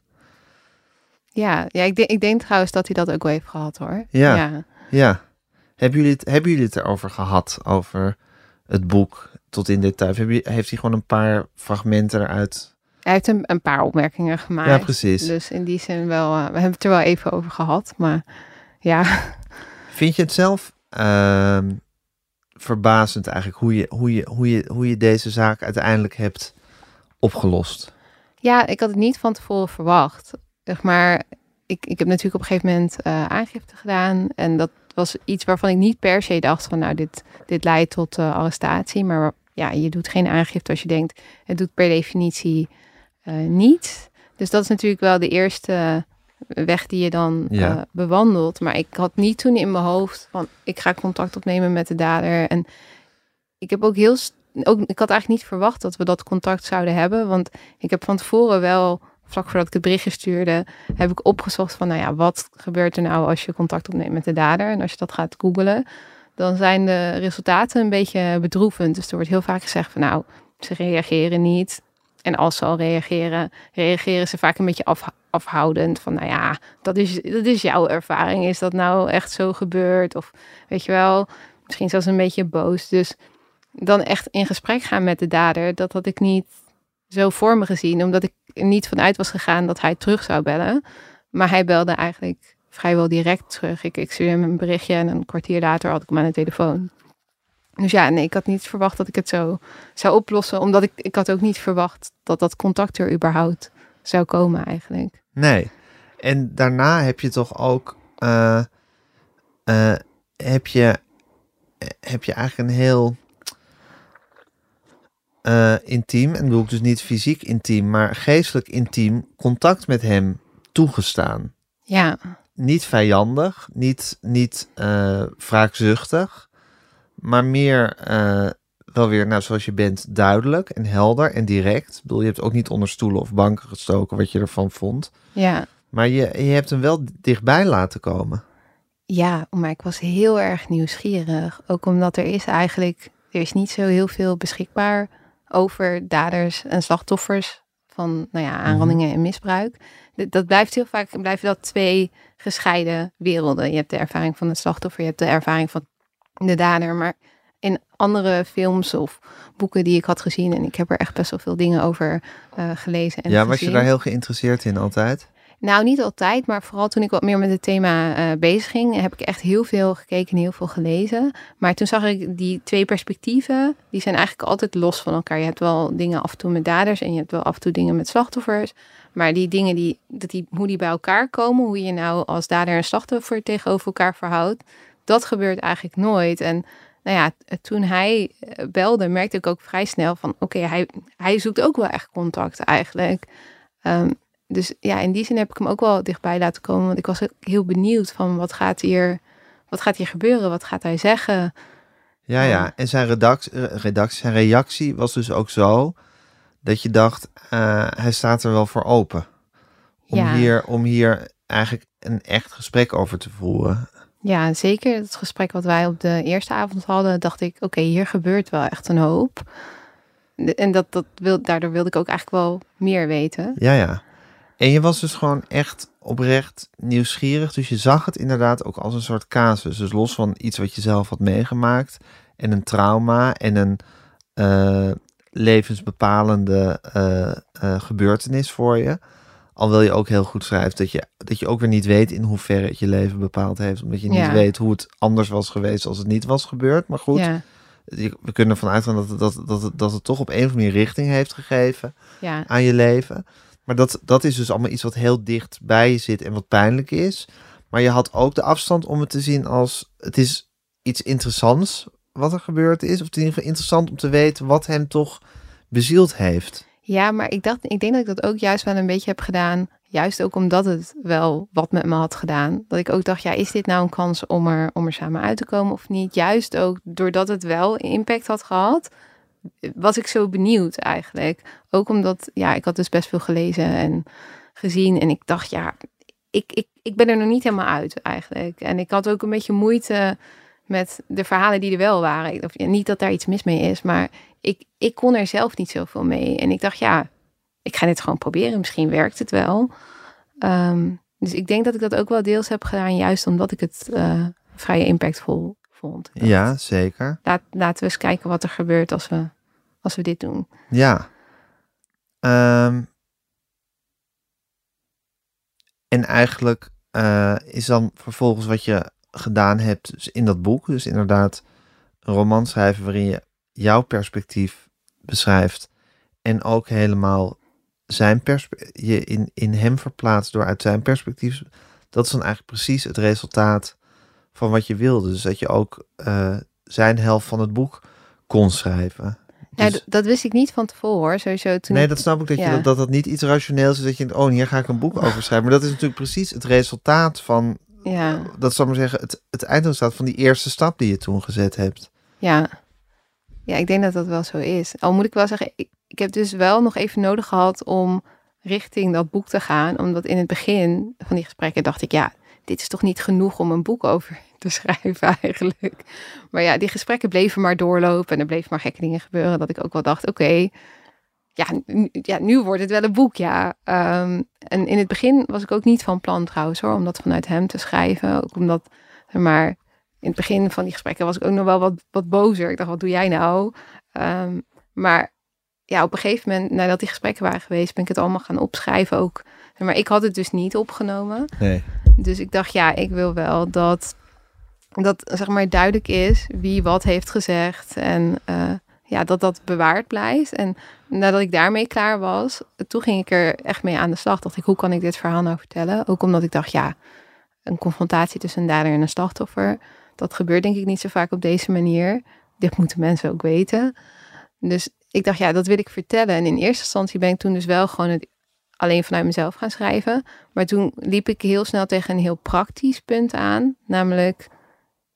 [SPEAKER 2] Ja, ja ik, de, ik denk trouwens dat hij dat ook wel heeft gehad, hoor.
[SPEAKER 1] Ja,
[SPEAKER 2] ja.
[SPEAKER 1] ja. Hebben jullie het, hebben jullie het erover gehad, over het boek tot in detail? Heeft hij gewoon een paar fragmenten eruit?
[SPEAKER 2] Hij heeft een, een paar opmerkingen gemaakt.
[SPEAKER 1] Ja, precies.
[SPEAKER 2] Dus in die zin wel, uh, we hebben het er wel even over gehad, maar ja.
[SPEAKER 1] Vind je het zelf uh, verbazend eigenlijk hoe je, hoe, je, hoe, je, hoe je deze zaak uiteindelijk hebt opgelost?
[SPEAKER 2] Ja, ik had het niet van tevoren verwacht. Zeg maar, ik, ik heb natuurlijk op een gegeven moment uh, aangifte gedaan en dat was iets waarvan ik niet per se dacht van nou, dit, dit leidt tot uh, arrestatie, maar ja, je doet geen aangifte als je denkt, het doet per definitie uh, niet. Dus dat is natuurlijk wel de eerste weg die je dan ja. uh, bewandelt. Maar ik had niet toen in mijn hoofd van, ik ga contact opnemen met de dader. En ik heb ook heel, ook, ik had eigenlijk niet verwacht dat we dat contact zouden hebben. Want ik heb van tevoren wel, vlak voordat ik het berichtje stuurde, heb ik opgezocht van, nou ja, wat gebeurt er nou als je contact opneemt met de dader? En als je dat gaat googlen, dan zijn de resultaten een beetje bedroevend. Dus er wordt heel vaak gezegd van, nou, ze reageren niet. En als ze al reageren, reageren ze vaak een beetje af, afhoudend. Van, nou ja, dat is, dat is jouw ervaring. Is dat nou echt zo gebeurd? Of weet je wel, misschien zelfs een beetje boos. Dus dan echt in gesprek gaan met de dader, dat had ik niet zo voor me gezien. Omdat ik er niet vanuit was gegaan dat hij terug zou bellen. Maar hij belde eigenlijk vrijwel direct terug. Ik, ik stuurde hem een berichtje en een kwartier later had ik hem aan de telefoon. Dus ja, nee, ik had niet verwacht dat ik het zo zou oplossen. Omdat ik, ik had ook niet verwacht dat dat contact er überhaupt zou komen eigenlijk.
[SPEAKER 1] Nee. En daarna heb je toch ook... Uh, uh, heb, je, heb je eigenlijk een heel uh, intiem... en bedoel ik dus niet fysiek intiem, maar geestelijk intiem contact met hem toegestaan.
[SPEAKER 2] Ja.
[SPEAKER 1] Niet vijandig, niet, niet uh, wraakzuchtig... maar meer uh, wel weer, nou, zoals je bent, duidelijk en helder en direct. Ik bedoel, je hebt ook niet onder stoelen of banken gestoken wat je ervan vond.
[SPEAKER 2] Ja.
[SPEAKER 1] Maar je, je hebt hem wel dichtbij laten komen.
[SPEAKER 2] Ja, maar ik was heel erg nieuwsgierig. Ook omdat er is eigenlijk, er is niet zo heel veel beschikbaar over daders en slachtoffers van, nou ja, aanrandingen mm-hmm. en misbruik. Dat blijft heel vaak, blijven dat twee gescheiden werelden. Je hebt de ervaring van het slachtoffer, je hebt de ervaring van de dader. Maar in andere films of boeken die ik had gezien, en ik heb er echt best wel veel dingen over uh, gelezen en
[SPEAKER 1] Ja,
[SPEAKER 2] gezien.
[SPEAKER 1] was je daar heel geïnteresseerd in altijd?
[SPEAKER 2] Nou, niet altijd, maar vooral toen ik wat meer met het thema uh, bezig ging, heb ik echt heel veel gekeken en heel veel gelezen. Maar toen zag ik die twee perspectieven, die zijn eigenlijk altijd los van elkaar. Je hebt wel dingen af en toe met daders en je hebt wel af en toe dingen met slachtoffers. Maar die dingen, die, dat die, hoe die bij elkaar komen, hoe je nou als dader en slachtoffer tegenover elkaar verhoudt, dat gebeurt eigenlijk nooit. En nou ja, toen hij belde, merkte ik ook vrij snel van, oké, okay, hij, hij zoekt ook wel echt contact eigenlijk. Um, Dus ja, in die zin heb ik hem ook wel dichtbij laten komen. Want ik was ook heel benieuwd van wat gaat hier, wat gaat hier gebeuren? Wat gaat hij zeggen?
[SPEAKER 1] Ja, ja. En zijn redactie, redactie, zijn reactie was dus ook zo dat je dacht, uh, hij staat er wel voor open. Om, ja. hier, om hier eigenlijk een echt gesprek over te voeren.
[SPEAKER 2] Ja, zeker. Het gesprek wat wij op de eerste avond hadden, dacht ik, oké, okay, hier gebeurt wel echt een hoop. En dat, dat wil, daardoor wilde ik ook eigenlijk wel meer weten.
[SPEAKER 1] Ja, ja. En je was dus gewoon echt oprecht nieuwsgierig. Dus je zag het inderdaad ook als een soort casus. Dus los van iets wat je zelf had meegemaakt. En een trauma en een uh, levensbepalende uh, uh, gebeurtenis voor je. Al wil je ook heel goed schrijven dat je, dat je ook weer niet weet in hoeverre het je leven bepaald heeft. Omdat je niet ja. weet hoe het anders was geweest als het niet was gebeurd. Maar goed, ja. we kunnen ervan uitgaan dat, dat, dat, dat, dat het toch op een of andere manier richting heeft gegeven ja. aan je leven. Maar dat, dat is dus allemaal iets wat heel dicht bij je zit en wat pijnlijk is. Maar je had ook de afstand om het te zien als het is iets interessants wat er gebeurd is. Of het is in ieder geval interessant om te weten wat hem toch bezield heeft.
[SPEAKER 2] Ja, maar ik dacht, ik denk dat ik dat ook juist wel een beetje heb gedaan. Juist ook omdat het wel wat met me had gedaan. Dat ik ook dacht, ja, is dit nou een kans om er, om er samen uit te komen of niet? Juist ook doordat het wel impact had gehad, was ik zo benieuwd eigenlijk. Ook omdat, ja, ik had dus best veel gelezen en gezien. En ik dacht, ja, ik, ik, ik ben er nog niet helemaal uit eigenlijk. En ik had ook een beetje moeite met de verhalen die er wel waren. Of, ja, niet dat daar iets mis mee is, maar ik, ik kon er zelf niet zoveel mee. En ik dacht, ja, ik ga dit gewoon proberen. Misschien werkt het wel. Um, dus ik denk dat ik dat ook wel deels heb gedaan, juist omdat ik het uh, vrij impactvol vond. Dat,
[SPEAKER 1] ja, zeker.
[SPEAKER 2] Laat, laten we eens kijken wat er gebeurt als we, als we dit doen.
[SPEAKER 1] Ja. Um, en eigenlijk uh, is dan vervolgens wat je gedaan hebt dus in dat boek, dus inderdaad een roman schrijven waarin je jouw perspectief beschrijft en ook helemaal zijn perspe- je in, in hem verplaatst door uit zijn perspectief. Dat is dan eigenlijk precies het resultaat van wat je wilde. Dus dat je ook uh, zijn helft van het boek kon schrijven.
[SPEAKER 2] Ja,
[SPEAKER 1] dus,
[SPEAKER 2] d- dat wist ik niet van tevoren hoor. Sowieso toen
[SPEAKER 1] nee,
[SPEAKER 2] ik,
[SPEAKER 1] dat snap ik dat,
[SPEAKER 2] ja.
[SPEAKER 1] je, dat, dat dat niet iets rationeels is. Dat je denkt, oh, hier ga ik een boek over schrijven. Maar dat is natuurlijk precies het resultaat van,
[SPEAKER 2] ja.
[SPEAKER 1] dat zal ik maar zeggen, het, het eindresultaat van die eerste stap die je toen gezet hebt.
[SPEAKER 2] Ja. Ja, ik denk dat dat wel zo is. Al moet ik wel zeggen, ik, ik heb dus wel nog even nodig gehad om richting dat boek te gaan. Omdat in het begin van die gesprekken dacht ik, ja, dit is toch niet genoeg om een boek over te schrijven eigenlijk. Maar ja, die gesprekken bleven maar doorlopen en er bleven maar gekke dingen gebeuren. Dat ik ook wel dacht, oké, okay, ja, nu, ja, nu wordt het wel een boek, ja. Um, en in het begin was ik ook niet van plan trouwens hoor, om dat vanuit hem te schrijven. Ook omdat, maar in het begin van die gesprekken was ik ook nog wel wat, wat bozer. Ik dacht, wat doe jij nou? Um, maar ja, op een gegeven moment, nadat die gesprekken waren geweest, ben ik het allemaal gaan opschrijven ook. Maar ik had het dus niet opgenomen.
[SPEAKER 1] Nee.
[SPEAKER 2] Dus ik dacht, ja, ik wil wel dat, dat zeg maar duidelijk is wie wat heeft gezegd. En uh, ja, dat dat bewaard blijft. En nadat ik daarmee klaar was, toen ging ik er echt mee aan de slag. Dacht ik, hoe kan ik dit verhaal nou vertellen? Ook omdat ik dacht, ja, een confrontatie tussen een dader en een slachtoffer, dat gebeurt denk ik niet zo vaak op deze manier. Dit moeten mensen ook weten. Dus ik dacht, ja, dat wil ik vertellen. En in eerste instantie ben ik toen dus wel gewoon het alleen vanuit mezelf gaan schrijven. Maar toen liep ik heel snel tegen een heel praktisch punt aan. Namelijk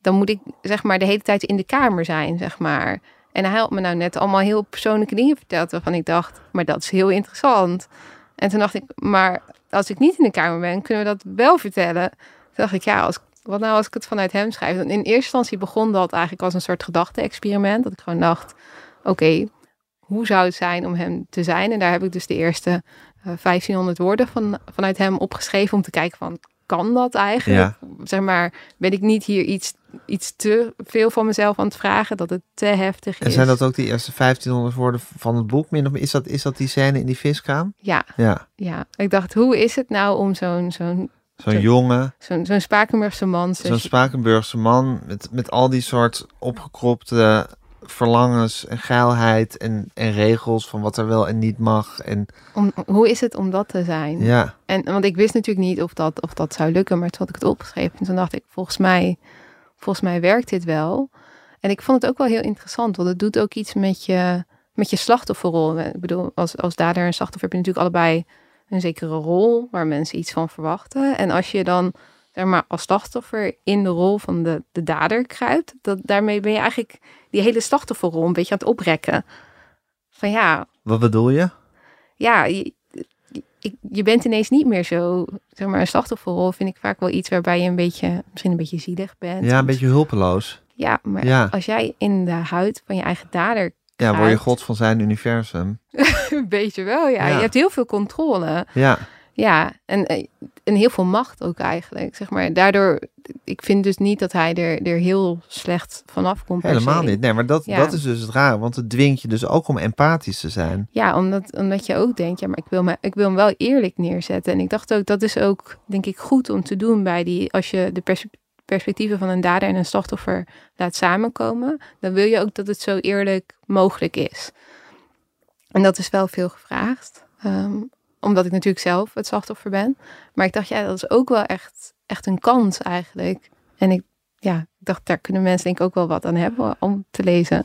[SPEAKER 2] dan moet ik zeg maar de hele tijd in de kamer zijn, zeg maar. En hij had me nou net allemaal heel persoonlijke dingen verteld waarvan ik dacht, maar dat is heel interessant. En toen dacht ik, maar als ik niet in de kamer ben, kunnen we dat wel vertellen? Toen dacht ik, ja, als, wat nou als ik het vanuit hem schrijf? En in eerste instantie begon dat eigenlijk als een soort gedachte-experiment. Dat ik gewoon dacht, oké, okay, hoe zou het zijn om hem te zijn? En daar heb ik dus de eerste uh, vijftienhonderd woorden van, vanuit hem opgeschreven om te kijken van, kan dat eigenlijk? Ja. Zeg maar, ben ik niet hier iets, iets te veel van mezelf aan het vragen, dat het te heftig is?
[SPEAKER 1] En zijn dat ook die eerste vijftienhonderd woorden van het boek? Is dat, is dat die scène in die viskraam?
[SPEAKER 2] Ja.
[SPEAKER 1] Ja.
[SPEAKER 2] ja. Ik dacht, hoe is het nou om zo'n... zo'n
[SPEAKER 1] Zo'n zo, jongen.
[SPEAKER 2] Zo'n, zo'n Spakenburgse man.
[SPEAKER 1] Zo'n Spakenburgse man met, met al die soort opgekropte verlangens en geilheid en, en regels van wat er wel en niet mag. En
[SPEAKER 2] om, hoe is het om dat te zijn?
[SPEAKER 1] Ja.
[SPEAKER 2] En, want ik wist natuurlijk niet of dat, of dat zou lukken, maar toen had ik het opgeschreven. En toen dacht ik, volgens mij, volgens mij werkt dit wel. En ik vond het ook wel heel interessant, want het doet ook iets met je, met je slachtofferrol. Ik bedoel, als, als dader en slachtoffer heb je natuurlijk allebei een zekere rol waar mensen iets van verwachten. En als je dan, zeg maar, als slachtoffer in de rol van de, de dader kruipt, dat, daarmee ben je eigenlijk die hele slachtofferrol een beetje aan het oprekken. Van ja...
[SPEAKER 1] Wat bedoel je?
[SPEAKER 2] Ja, je, je, je bent ineens niet meer zo, zeg maar, een slachtofferrol vind ik vaak wel iets waarbij je een beetje, misschien een beetje zielig bent.
[SPEAKER 1] Ja, een beetje hulpeloos.
[SPEAKER 2] Ja, maar
[SPEAKER 1] ja.
[SPEAKER 2] als jij in de huid van je eigen dader
[SPEAKER 1] Ja, word je god van zijn universum.
[SPEAKER 2] Een beetje wel, ja. ja. Je hebt heel veel controle.
[SPEAKER 1] Ja.
[SPEAKER 2] Ja, en, en heel veel macht ook eigenlijk, zeg maar. Daardoor, ik vind dus niet dat hij er, er heel slecht vanaf komt.
[SPEAKER 1] Helemaal niet, nee, maar dat, ja. dat is dus het rare, want het dwingt je dus ook om empathisch te zijn.
[SPEAKER 2] Ja, omdat, omdat je ook denkt, ja, maar ik wil, me, ik wil hem wel eerlijk neerzetten. En ik dacht ook, dat is ook, denk ik, goed om te doen bij die, als je de pers- perspectieven van een dader en een slachtoffer laat samenkomen, dan wil je ook dat het zo eerlijk mogelijk is. En dat is wel veel gevraagd. Um, Omdat ik natuurlijk zelf het slachtoffer ben. Maar ik dacht, ja, dat is ook wel echt, echt een kans eigenlijk. En ik, ja, ik dacht, daar kunnen mensen denk ik ook wel wat aan hebben om te lezen.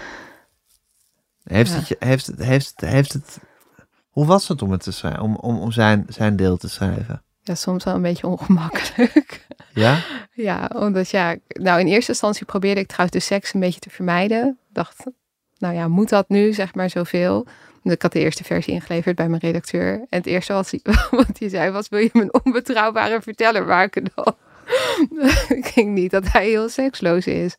[SPEAKER 1] Heeft,
[SPEAKER 2] ja.
[SPEAKER 1] het, heeft, het, heeft, het, heeft het... Hoe was het om het te schrijven? Om, om, om zijn, zijn deel te schrijven?
[SPEAKER 2] Ja, soms wel een beetje ongemakkelijk.
[SPEAKER 1] Ja?
[SPEAKER 2] Ja, omdat ja... Nou, in eerste instantie probeerde ik trouwens de seks een beetje te vermijden. Ik dacht, nou ja, moet dat nu, zeg maar, zoveel? Ik had de eerste versie ingeleverd bij mijn redacteur. En het eerste wat hij, wat hij zei was, wil je me een onbetrouwbare verteller maken dan? Ik denk niet dat hij heel seksloos is.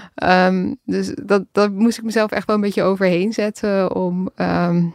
[SPEAKER 2] Um, dus dat, dat moest ik mezelf echt wel een beetje overheen zetten om, um,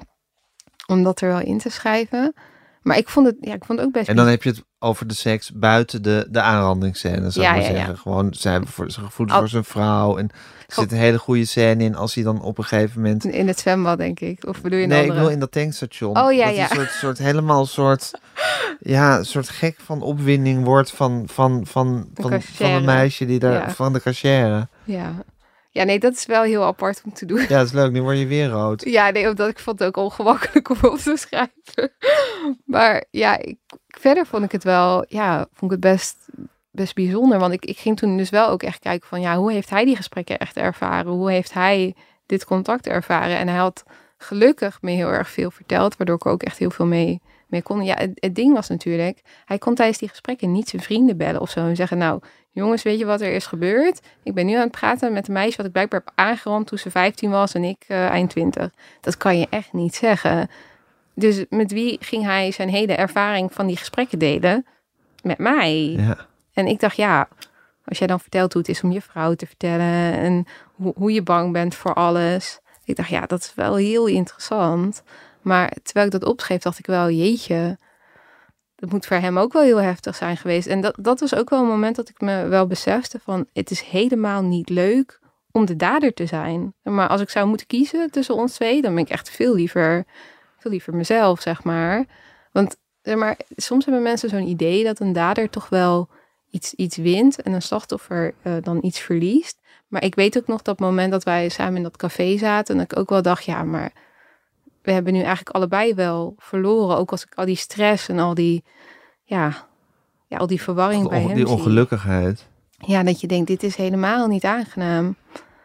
[SPEAKER 2] om dat er wel in te schrijven. Maar ik vond het, ja, ik vond het ook best...
[SPEAKER 1] En dan heb je het over de seks buiten de, de aanrandingsscène, zou ik
[SPEAKER 2] ja,
[SPEAKER 1] maar
[SPEAKER 2] ja,
[SPEAKER 1] zeggen.
[SPEAKER 2] Ja.
[SPEAKER 1] Gewoon zijn voor zijn gevoelens voor zijn vrouw. En er zit een hele goede scène in als hij dan op een gegeven moment...
[SPEAKER 2] In het zwembad, denk ik. Of bedoel je een
[SPEAKER 1] Nee,
[SPEAKER 2] andere?
[SPEAKER 1] ik wil in dat tankstation.
[SPEAKER 2] Oh ja,
[SPEAKER 1] dat
[SPEAKER 2] ja.
[SPEAKER 1] een soort, soort helemaal soort... Ja, een soort gek van opwinding wordt van, van, van, van, van een meisje die daar...
[SPEAKER 2] Ja.
[SPEAKER 1] Van de cashier.
[SPEAKER 2] Ja. Ja, nee, dat is wel heel apart om te doen.
[SPEAKER 1] Ja, dat is leuk. Nu word je weer rood.
[SPEAKER 2] Ja, nee, omdat ik vond het ook ongemakkelijk om op te schrijven. Maar ja, ik, verder vond ik het wel, ja, vond ik het best, best bijzonder. Want ik, ik ging toen dus wel ook echt kijken van, ja, hoe heeft hij die gesprekken echt ervaren? Hoe heeft hij dit contact ervaren? En hij had gelukkig me heel erg veel verteld, waardoor ik er ook echt heel veel mee, mee kon. Ja, het, het ding was natuurlijk, hij kon tijdens die gesprekken niet zijn vrienden bellen of zo en zeggen, nou, jongens, weet je wat er is gebeurd? Ik ben nu aan het praten met een meisje wat ik blijkbaar heb aangerand toen ze vijftien was en ik uh, eind twintig. Dat kan je echt niet zeggen. Dus met wie ging hij zijn hele ervaring van die gesprekken delen? Met mij.
[SPEAKER 1] Ja.
[SPEAKER 2] En ik dacht, ja, als jij dan vertelt hoe het is om je vrouw te vertellen en hoe, hoe je bang bent voor alles. Ik dacht, ja, dat is wel heel interessant. Maar terwijl ik dat opschreef, dacht ik wel, jeetje, dat moet voor hem ook wel heel heftig zijn geweest. En dat, dat was ook wel een moment dat ik me wel besefte van, het is helemaal niet leuk om de dader te zijn. Maar als ik zou moeten kiezen tussen ons twee, dan ben ik echt veel liever, veel liever mezelf, zeg maar. Want zeg maar, soms hebben mensen zo'n idee dat een dader toch wel iets, iets wint en een slachtoffer uh, dan iets verliest. Maar ik weet ook nog dat moment dat wij samen in dat café zaten en dat ik ook wel dacht, ja, maar we hebben nu eigenlijk allebei wel verloren. Ook als ik al die stress en al die, ja, ja al die verwarring
[SPEAKER 1] die
[SPEAKER 2] bij hem
[SPEAKER 1] Die
[SPEAKER 2] zie.
[SPEAKER 1] ongelukkigheid.
[SPEAKER 2] Ja, dat je denkt, dit is helemaal niet aangenaam.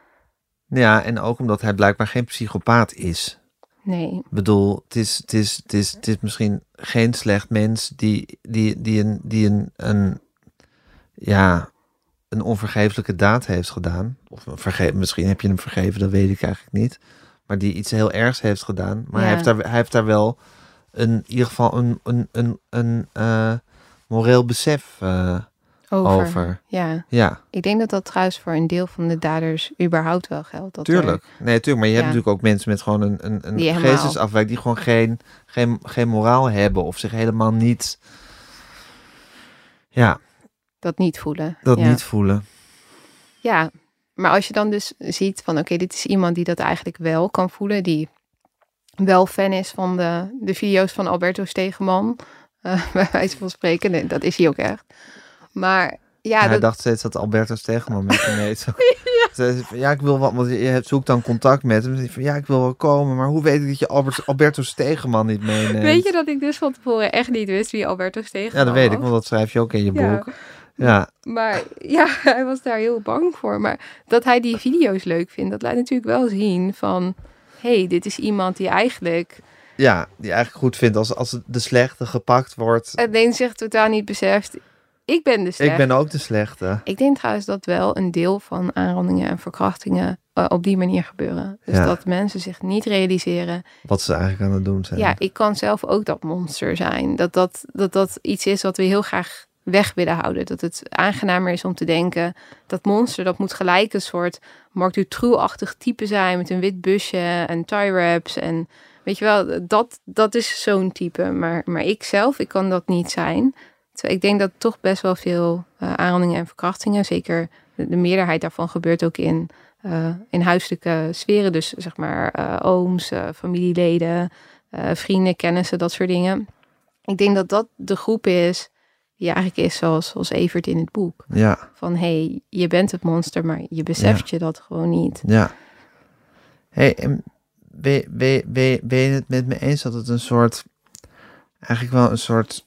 [SPEAKER 1] Ja, en ook omdat hij blijkbaar geen psychopaat is.
[SPEAKER 2] Nee.
[SPEAKER 1] Ik bedoel, het is, het is, het is, het is misschien geen slecht mens die, die, die, een, die een, een, ja, een onvergeeflijke daad heeft gedaan. Of een verge- misschien heb je hem vergeven, dat weet ik eigenlijk niet. Maar die iets heel ergs heeft gedaan. Maar
[SPEAKER 2] Ja.
[SPEAKER 1] hij, heeft daar, hij heeft daar wel een, in ieder geval een, een, een, een uh, moreel besef uh, over. over.
[SPEAKER 2] Ja.
[SPEAKER 1] ja,
[SPEAKER 2] ik denk dat dat trouwens voor een deel van de daders überhaupt wel geldt. Dat
[SPEAKER 1] tuurlijk.
[SPEAKER 2] Er,
[SPEAKER 1] nee, tuurlijk. Maar je
[SPEAKER 2] ja.
[SPEAKER 1] hebt natuurlijk ook mensen met gewoon een, een, een
[SPEAKER 2] die
[SPEAKER 1] geestesafwijk... die gewoon geen, geen, geen moraal hebben of zich helemaal niet... Ja.
[SPEAKER 2] Dat niet voelen.
[SPEAKER 1] Dat
[SPEAKER 2] ja.
[SPEAKER 1] niet voelen.
[SPEAKER 2] Ja, maar als je dan dus ziet van... oké, okay, dit is iemand die dat eigenlijk wel kan voelen... die wel fan is van de, de video's van Alberto Stegeman... Uh, bij wijze van spreken. Nee, dat is hij ook echt. Maar ja...
[SPEAKER 1] ja hij
[SPEAKER 2] dat...
[SPEAKER 1] dacht steeds dat Alberto Stegeman met hem meet. ja. ja, ik wil wat, want je zoekt dan contact met hem. Van, ja, ik wil wel komen, maar hoe weet ik dat je Albert, Alberto Stegeman niet meeneemt?
[SPEAKER 2] Weet je dat ik dus van tevoren echt niet wist wie Alberto Stegeman was?
[SPEAKER 1] Ja, dat weet ik, want dat schrijf je ook in je
[SPEAKER 2] ja.
[SPEAKER 1] boek. Ja.
[SPEAKER 2] Maar ja, hij was daar heel bang voor. Maar dat hij die video's leuk vindt, dat laat natuurlijk wel zien van... hé, hey, dit is iemand die eigenlijk...
[SPEAKER 1] Ja, die eigenlijk goed vindt als, als de slechte gepakt wordt.
[SPEAKER 2] Alleen zich totaal niet beseft, ik ben de slechte.
[SPEAKER 1] Ik ben ook de slechte.
[SPEAKER 2] Ik denk trouwens dat wel een deel van aanrandingen en verkrachtingen uh, op die manier gebeuren. Dus
[SPEAKER 1] ja.
[SPEAKER 2] dat mensen zich niet realiseren.
[SPEAKER 1] Wat ze eigenlijk aan het doen zijn.
[SPEAKER 2] Ja, ik kan zelf ook dat monster zijn. Dat dat, dat, dat iets is wat we heel graag weg willen houden. Dat het aangenamer is om te denken... dat monster, dat moet gelijk een soort Marc Dutroux-achtig type zijn... met een wit busje en tie wraps en... Weet je wel, dat, dat is zo'n type. Maar, maar ik zelf, ik kan dat niet zijn. Terwijl ik denk dat toch best wel veel uh, aanrandingen en verkrachtingen... zeker de, de meerderheid daarvan gebeurt ook in, uh, in huiselijke sferen. Dus zeg maar uh, ooms, uh, familieleden, uh, vrienden, kennissen, dat soort dingen. Ik denk dat dat de groep is die eigenlijk is zoals, zoals Evert in het boek.
[SPEAKER 1] Ja.
[SPEAKER 2] Van, hé, hey, je bent het monster, maar je beseft ja. je dat gewoon niet.
[SPEAKER 1] Ja. Hé, hey, Ben, ben, ben, ben je het met me eens dat het een soort, eigenlijk wel een soort,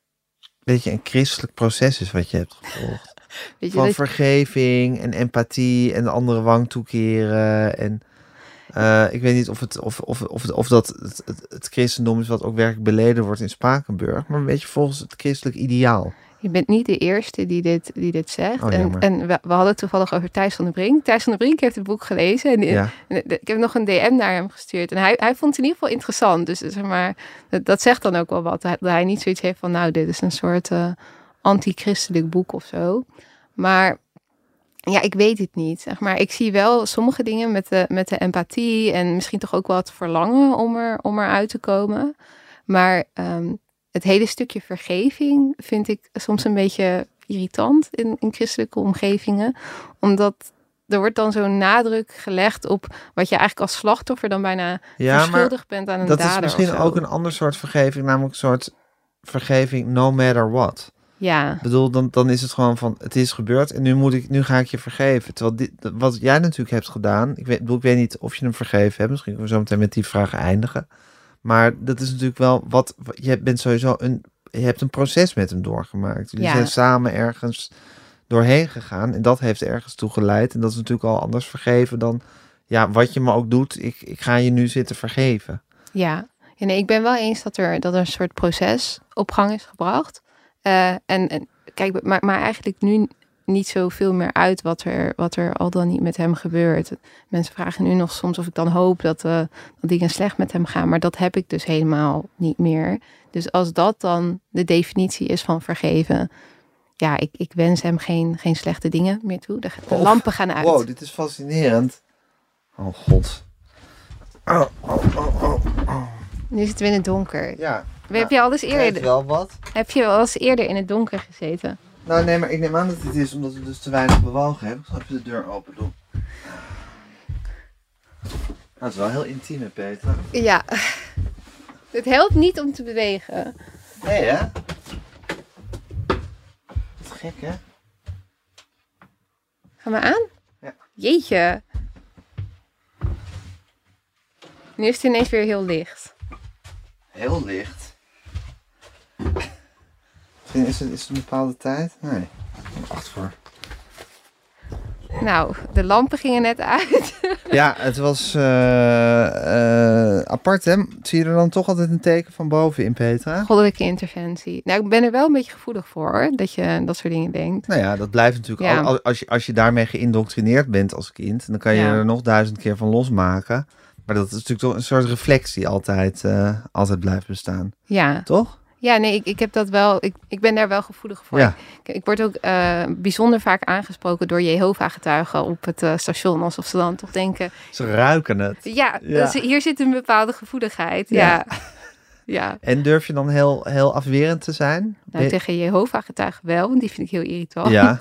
[SPEAKER 1] beetje een christelijk proces is wat je hebt gevolgd?
[SPEAKER 2] Weet je,
[SPEAKER 1] van
[SPEAKER 2] dat...
[SPEAKER 1] vergeving en empathie en de andere wang toekeren. En uh, ik weet niet of, het, of, of, of, of dat het, het, het christendom is wat ook werkelijk beleden wordt in Spakenburg, maar een beetje volgens het christelijk ideaal.
[SPEAKER 2] Je bent niet de eerste die dit, die dit zegt.
[SPEAKER 1] Oh,
[SPEAKER 2] en en we, we hadden het toevallig over Thijs van der Brink. Thijs van der Brink heeft het boek gelezen. En,
[SPEAKER 1] ja.
[SPEAKER 2] en ik heb nog een D M naar hem gestuurd. En hij, hij vond het in ieder geval interessant. Dus zeg maar, dat, dat zegt dan ook wel wat. Dat hij niet zoiets heeft van, nou, dit is een soort uh, anti-christelijk boek of zo. Maar ja, ik weet het niet. Zeg maar, ik zie wel sommige dingen met de, met de empathie. En misschien toch ook wel het verlangen om, er, om eruit te komen. Maar... Um, het hele stukje vergeving vind ik soms een beetje irritant in, in christelijke omgevingen. Omdat er wordt dan zo'n nadruk gelegd op wat je eigenlijk als slachtoffer dan bijna ja, verschuldigd bent aan een
[SPEAKER 1] dat
[SPEAKER 2] dader.
[SPEAKER 1] Dat is misschien ook een ander soort vergeving, namelijk een soort vergeving no matter what.
[SPEAKER 2] Ja.
[SPEAKER 1] Ik bedoel, dan, dan is het gewoon van, het is gebeurd en nu, moet ik, nu ga ik je vergeven. Terwijl dit, wat jij natuurlijk hebt gedaan, ik weet, bedoel, ik weet niet of je hem vergeven hebt. Misschien kunnen we zo meteen met die vragen eindigen. Maar dat is natuurlijk wel wat... Je bent sowieso een... Je hebt een proces met hem doorgemaakt. Jullie ja. zijn samen ergens doorheen gegaan. En dat heeft ergens toe geleid. En dat is natuurlijk al anders vergeven dan... Ja, wat je me ook doet, ik, ik ga je nu zitten vergeven.
[SPEAKER 2] Ja, ja nee, ik ben wel eens dat er, dat er een soort proces op gang is gebracht. Uh, en, en kijk, maar, maar eigenlijk nu... niet zoveel meer uit wat er, wat er al dan niet met hem gebeurt. Mensen vragen nu nog soms of ik dan hoop dat, uh, dat dingen slecht met hem gaan. Maar dat heb ik dus helemaal niet meer. Dus als dat dan de definitie is van vergeven... ja, ik, ik wens hem geen, geen slechte dingen meer toe. De, de
[SPEAKER 1] oh,
[SPEAKER 2] lampen gaan uit.
[SPEAKER 1] Wow, dit is fascinerend. Oh god. Oh, oh, oh, oh, oh.
[SPEAKER 2] Nu zitten we in het donker.
[SPEAKER 1] Ja.
[SPEAKER 2] Nou, heb je al eens eerder...
[SPEAKER 1] wel wat.
[SPEAKER 2] Heb je al eens eerder in het donker gezeten?
[SPEAKER 1] Nou nee, maar ik neem aan dat dit is omdat we dus te weinig bewogen hebben. Ik zal even de deur open doen. Nou, het is wel heel intiem, hè, Peter?
[SPEAKER 2] Ja. Het helpt niet om te bewegen.
[SPEAKER 1] Nee, hè? Wat gek, hè?
[SPEAKER 2] Gaan we aan?
[SPEAKER 1] Ja.
[SPEAKER 2] Jeetje. Nu is het ineens weer heel licht.
[SPEAKER 1] Heel licht? Is het, is het een bepaalde tijd? Nee. Acht voor.
[SPEAKER 2] Nou, de lampen gingen net uit.
[SPEAKER 1] Ja, het was uh, uh, apart, hè? Zie je er dan toch altijd een teken van boven in, Petra?
[SPEAKER 2] Goddelijke interventie. Nou, ik ben er wel een beetje gevoelig voor, hoor, dat je dat soort dingen denkt.
[SPEAKER 1] Nou ja, dat blijft natuurlijk...
[SPEAKER 2] Ja.
[SPEAKER 1] Al, als, je, als je daarmee geïndoctrineerd bent als kind, dan kan je
[SPEAKER 2] Ja.
[SPEAKER 1] er nog duizend keer van losmaken. Maar dat is natuurlijk toch een soort reflectie altijd, uh, altijd blijft bestaan.
[SPEAKER 2] Ja.
[SPEAKER 1] Toch?
[SPEAKER 2] Ja, nee, ik, ik heb dat wel. Ik, ik ben daar wel gevoelig voor.
[SPEAKER 1] Ja.
[SPEAKER 2] Ik, ik word ook uh, bijzonder vaak aangesproken door Jehovah-getuigen op het uh, station. Alsof ze dan toch denken...
[SPEAKER 1] Ze ruiken het.
[SPEAKER 2] Ja,
[SPEAKER 1] Ja.
[SPEAKER 2] Dus hier zit een bepaalde gevoeligheid. Ja.
[SPEAKER 1] Ja.
[SPEAKER 2] Ja. Ja.
[SPEAKER 1] En durf je dan heel, heel afwerend te zijn?
[SPEAKER 2] Nou,
[SPEAKER 1] Ben-
[SPEAKER 2] tegen Jehovah-getuigen wel, want die vind ik heel irritant.
[SPEAKER 1] Ja.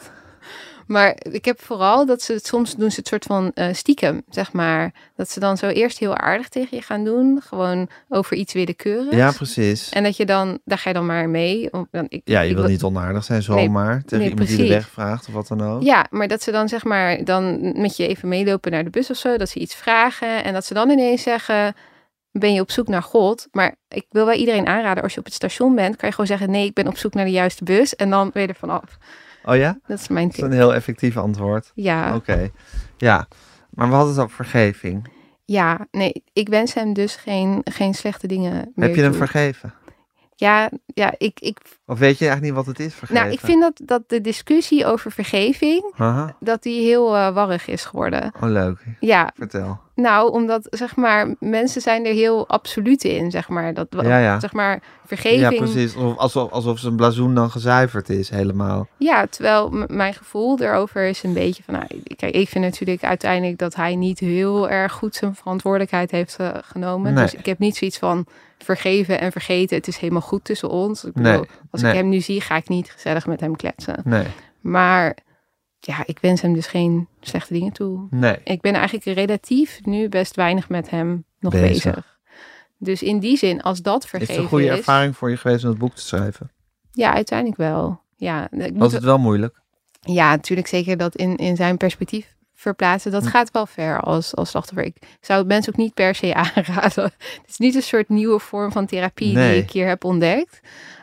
[SPEAKER 2] Maar ik heb vooral dat ze het soms doen, ze het soort van uh, stiekem, zeg maar. Dat ze dan zo eerst heel aardig tegen je gaan doen. Gewoon over iets willekeurigs.
[SPEAKER 1] Ja, precies.
[SPEAKER 2] En dat je dan, daar ga je dan maar mee. Om, dan, ik,
[SPEAKER 1] Ja, je
[SPEAKER 2] ik
[SPEAKER 1] wil
[SPEAKER 2] wil-
[SPEAKER 1] niet onaardig zijn zomaar. tegen
[SPEAKER 2] nee,
[SPEAKER 1] iemand die de
[SPEAKER 2] precies.
[SPEAKER 1] weg vraagt of wat dan ook.
[SPEAKER 2] Ja, maar dat ze dan zeg maar dan met je even meelopen naar de bus of zo. Dat ze iets vragen en dat ze dan ineens zeggen... Ben je op zoek naar God? Maar ik wil wel iedereen aanraden, als je op het station bent... kan je gewoon zeggen, nee, ik ben op zoek naar de juiste bus. En dan ben je er vanaf.
[SPEAKER 1] Oh ja?
[SPEAKER 2] Dat is mijn
[SPEAKER 1] Dat is
[SPEAKER 2] tip.
[SPEAKER 1] een heel effectief antwoord.
[SPEAKER 2] Ja.
[SPEAKER 1] Oké. Ja, maar we hadden het over vergeving.
[SPEAKER 2] Ja, nee, ik wens hem dus geen, geen slechte dingen meer
[SPEAKER 1] Heb je hem
[SPEAKER 2] toe.
[SPEAKER 1] vergeven?
[SPEAKER 2] Ja, ja ik, ik,
[SPEAKER 1] Of weet je eigenlijk niet wat het is, vergeven?
[SPEAKER 2] nou, ik vind dat, dat de discussie over vergeving...
[SPEAKER 1] Aha.
[SPEAKER 2] dat die heel uh, warrig is geworden.
[SPEAKER 1] Oh, leuk.
[SPEAKER 2] Ja,
[SPEAKER 1] Vertel.
[SPEAKER 2] nou, omdat, zeg maar, mensen zijn er heel absoluut in, zeg maar. Dat,
[SPEAKER 1] Ja, ja.
[SPEAKER 2] Zeg maar, vergeving...
[SPEAKER 1] Ja, precies. Alsof, alsof, alsof zijn blazoen dan gezuiverd is, helemaal.
[SPEAKER 2] Ja, terwijl m- mijn gevoel erover is een beetje van... Nou, kijk, ik vind natuurlijk uiteindelijk dat hij niet heel erg goed zijn verantwoordelijkheid heeft uh, genomen.
[SPEAKER 1] Nee.
[SPEAKER 2] Dus ik heb niet zoiets van vergeven en vergeten. Het is helemaal goed tussen ons. Ik bedoel,
[SPEAKER 1] Nee,
[SPEAKER 2] als
[SPEAKER 1] nee.
[SPEAKER 2] ik hem nu zie, ga ik niet gezellig met hem kletsen.
[SPEAKER 1] Nee,
[SPEAKER 2] Maar ja, ik wens hem dus geen slechte dingen toe.
[SPEAKER 1] nee.
[SPEAKER 2] Ik ben eigenlijk relatief nu best weinig met hem nog
[SPEAKER 1] Bezig.
[SPEAKER 2] bezig. Dus in die zin, als dat
[SPEAKER 1] Is
[SPEAKER 2] vergeven
[SPEAKER 1] het een goede
[SPEAKER 2] is...
[SPEAKER 1] ervaring voor je geweest om het boek te schrijven?
[SPEAKER 2] Ja, uiteindelijk wel. Ja, ik moet
[SPEAKER 1] Was het wel moeilijk?
[SPEAKER 2] Ja, natuurlijk zeker dat in, in zijn perspectief verplaatsen. Dat
[SPEAKER 1] Hm.
[SPEAKER 2] gaat wel ver als, als slachtoffer. Ik zou het mensen ook niet per se aanraden. Het is niet een soort nieuwe vorm van therapie
[SPEAKER 1] Nee.
[SPEAKER 2] die ik hier heb ontdekt.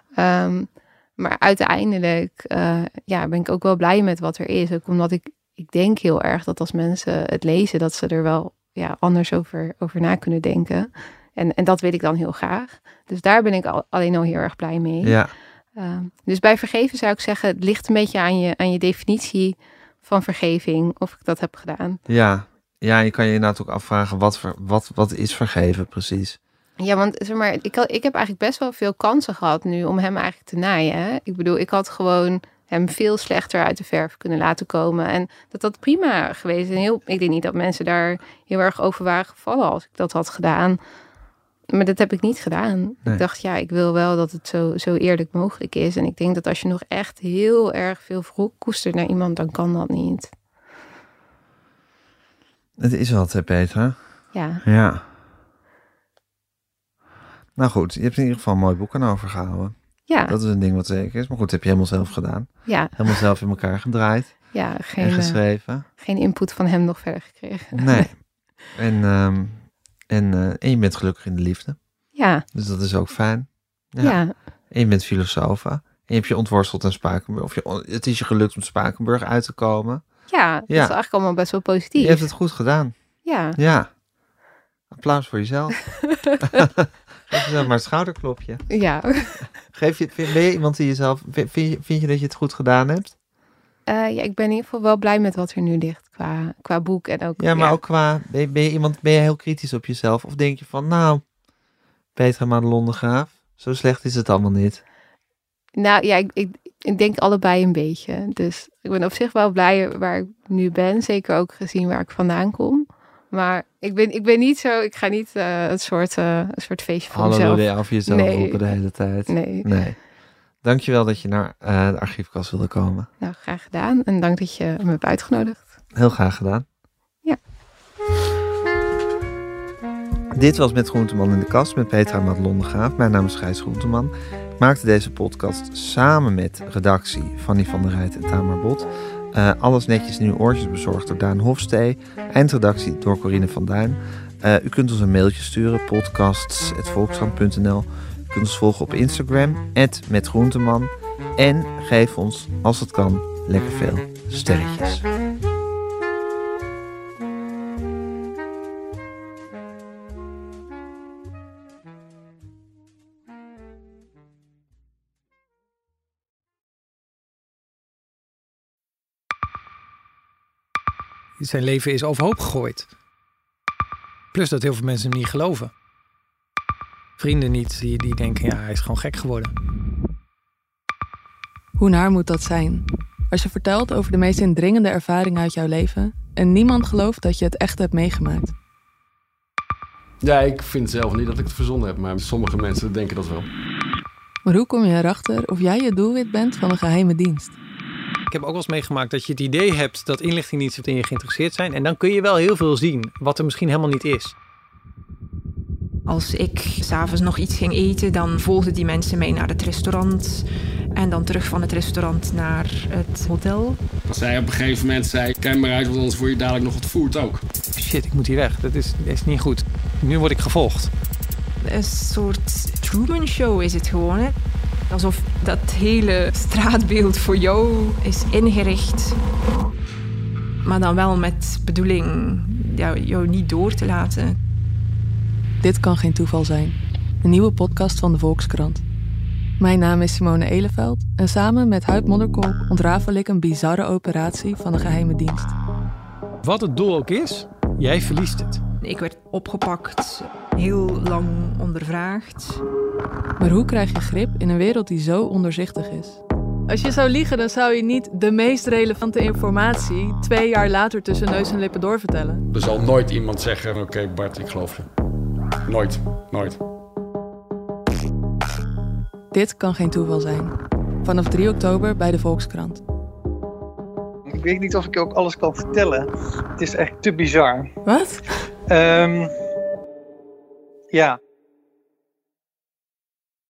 [SPEAKER 2] Um, maar uiteindelijk uh, ja, ben ik ook wel blij met wat er is. Ook omdat ik, ik denk heel erg dat als mensen het lezen... dat ze er wel ja, anders over, over na kunnen denken. En, en dat wil ik dan heel graag. Dus daar ben ik al, alleen al heel erg blij mee.
[SPEAKER 1] Ja.
[SPEAKER 2] Um, dus bij vergeven zou ik zeggen, het ligt een beetje aan je, aan je definitie van vergeving, of ik dat heb gedaan.
[SPEAKER 1] Ja. Ja, je kan je inderdaad ook afvragen, wat, ver, wat, wat is vergeven precies?
[SPEAKER 2] Ja, want zeg maar, ik, had, ik heb eigenlijk best wel veel kansen gehad nu om hem eigenlijk te naaien. Hè? Ik bedoel, ik had gewoon hem veel slechter uit de verf kunnen laten komen. En dat dat prima geweest is. En heel, ik denk niet dat mensen daar heel erg over waren gevallen als ik dat had gedaan. Maar dat heb ik niet gedaan.
[SPEAKER 1] Nee.
[SPEAKER 2] Ik dacht, ja, ik wil wel dat het zo, zo eerlijk mogelijk is. En ik denk dat als je nog echt heel erg veel wrok koestert naar iemand, dan kan dat niet.
[SPEAKER 1] Het is wat, hè, Petra?
[SPEAKER 2] Ja.
[SPEAKER 1] Ja. Nou goed, je hebt in ieder geval een mooi boek aan overgehouden.
[SPEAKER 2] Ja.
[SPEAKER 1] Dat is een ding wat zeker is. Maar goed, dat heb je helemaal zelf gedaan.
[SPEAKER 2] Ja.
[SPEAKER 1] Helemaal zelf in elkaar gedraaid
[SPEAKER 2] Ja,
[SPEAKER 1] en
[SPEAKER 2] geen, uh,
[SPEAKER 1] geschreven.
[SPEAKER 2] geen input van hem nog verder gekregen.
[SPEAKER 1] Nee. En, um, en, uh, en je bent gelukkig in de liefde.
[SPEAKER 2] Ja.
[SPEAKER 1] Dus dat is ook fijn. Ja.
[SPEAKER 2] Ja.
[SPEAKER 1] En je bent filosofa. En je hebt je ontworsteld aan Spakenburg. Of je, het is je gelukt om Spakenburg uit te komen.
[SPEAKER 2] Ja, dat
[SPEAKER 1] Ja.
[SPEAKER 2] is eigenlijk allemaal best wel positief.
[SPEAKER 1] Je hebt het goed gedaan.
[SPEAKER 2] Ja.
[SPEAKER 1] Ja. Applaus voor jezelf. Geef jezelf maar een schouderklopje.
[SPEAKER 2] Ja.
[SPEAKER 1] Geef je, vind- ben je iemand die jezelf... Vind je, vind je dat je het goed gedaan hebt?
[SPEAKER 2] Uh, ja, ik ben in ieder geval wel blij met wat er nu ligt qua, qua boek en ook...
[SPEAKER 1] Ja, maar ook qua... Ben je, ben je iemand, ben je heel kritisch op jezelf? Of denk je van, nou, Petra Madelon de Graaf, zo slecht is het allemaal niet.
[SPEAKER 2] Nou ja, ik, ik, ik denk allebei een beetje. Dus ik ben op zich wel blij waar ik nu ben. Zeker ook gezien waar ik vandaan kom. Maar ik ben, ik ben niet zo... Ik ga niet uh, een, soort, uh, een soort feestje voor mezelf.
[SPEAKER 1] Halleluja over jezelf
[SPEAKER 2] Nee.
[SPEAKER 1] roepen de hele tijd.
[SPEAKER 2] Nee.
[SPEAKER 1] Nee. Dankjewel dat je naar uh, de archiefkast wilde komen.
[SPEAKER 2] Nou, graag gedaan. En dank dat je me hebt uitgenodigd.
[SPEAKER 1] Heel graag gedaan.
[SPEAKER 2] Ja.
[SPEAKER 1] Dit was Met Groenteman in de Kast met Petra Madelon de Graaf. Mijn naam is Gijs Groenteman. Ik maakte deze podcast samen met redactie Fanny van der Rijt en Tamar Bot. Uh, alles netjes in uw oortjes bezorgd door Daan Hofstee. Eindredactie door Corine van Duin. Uh, u kunt ons een mailtje sturen, podcasts at volkskrant punt n l. U kunt ons volgen op Instagram, at metgroenteman. En geef ons, als het kan, lekker veel sterretjes.
[SPEAKER 3] Zijn leven is overhoop gegooid. Plus dat heel veel mensen hem niet geloven. Vrienden niet, die, die denken, ja, hij is gewoon gek geworden.
[SPEAKER 4] Hoe naar moet dat zijn? Als je vertelt over de meest indringende ervaring uit jouw leven en niemand gelooft dat je het echt hebt meegemaakt.
[SPEAKER 5] Ja, ik vind zelf niet dat ik het verzonnen heb, maar sommige mensen denken dat wel.
[SPEAKER 4] Maar hoe kom je erachter of jij het doelwit bent van een geheime dienst?
[SPEAKER 3] Ik heb ook wel eens meegemaakt dat je het idee hebt dat inlichtingendiensten in je geïnteresseerd zijn. En dan kun je wel heel veel zien, wat er misschien helemaal niet is.
[SPEAKER 6] Als ik 's avonds nog iets ging eten, dan volgden die mensen mee naar het restaurant. En dan terug van het restaurant naar het hotel.
[SPEAKER 5] Als zij op een gegeven moment zei, kijk maar uit, want anders word je dadelijk nog ontvoerd ook.
[SPEAKER 3] Shit, ik moet hier weg. Dat is, dat is niet goed. Nu word ik gevolgd.
[SPEAKER 6] Een soort Truman Show is het gewoon, hè? Alsof dat hele straatbeeld voor jou is ingericht. Maar dan wel met bedoeling jou, jou niet door te laten.
[SPEAKER 4] Dit kan geen toeval zijn. Een nieuwe podcast van de Volkskrant. Mijn naam is Simone Eleveld en samen met Huib Modderkolk ontrafel ik een bizarre operatie van de geheime dienst.
[SPEAKER 3] Wat het doel ook is, jij verliest het.
[SPEAKER 6] Ik werd opgepakt, heel lang ondervraagd.
[SPEAKER 4] Maar hoe krijg je grip in een wereld die zo onderzichtig is? Als je zou liegen, dan zou je niet de meest relevante informatie twee jaar later tussen neus en lippen doorvertellen.
[SPEAKER 5] Er zal nooit iemand zeggen, oké okay, Bart, ik geloof je. Nooit, nooit.
[SPEAKER 4] Dit kan geen toeval zijn. Vanaf drie oktober bij de Volkskrant.
[SPEAKER 7] Ik weet niet of ik ook alles kan vertellen. Het is echt te bizar.
[SPEAKER 4] Wat?
[SPEAKER 7] Um, ja.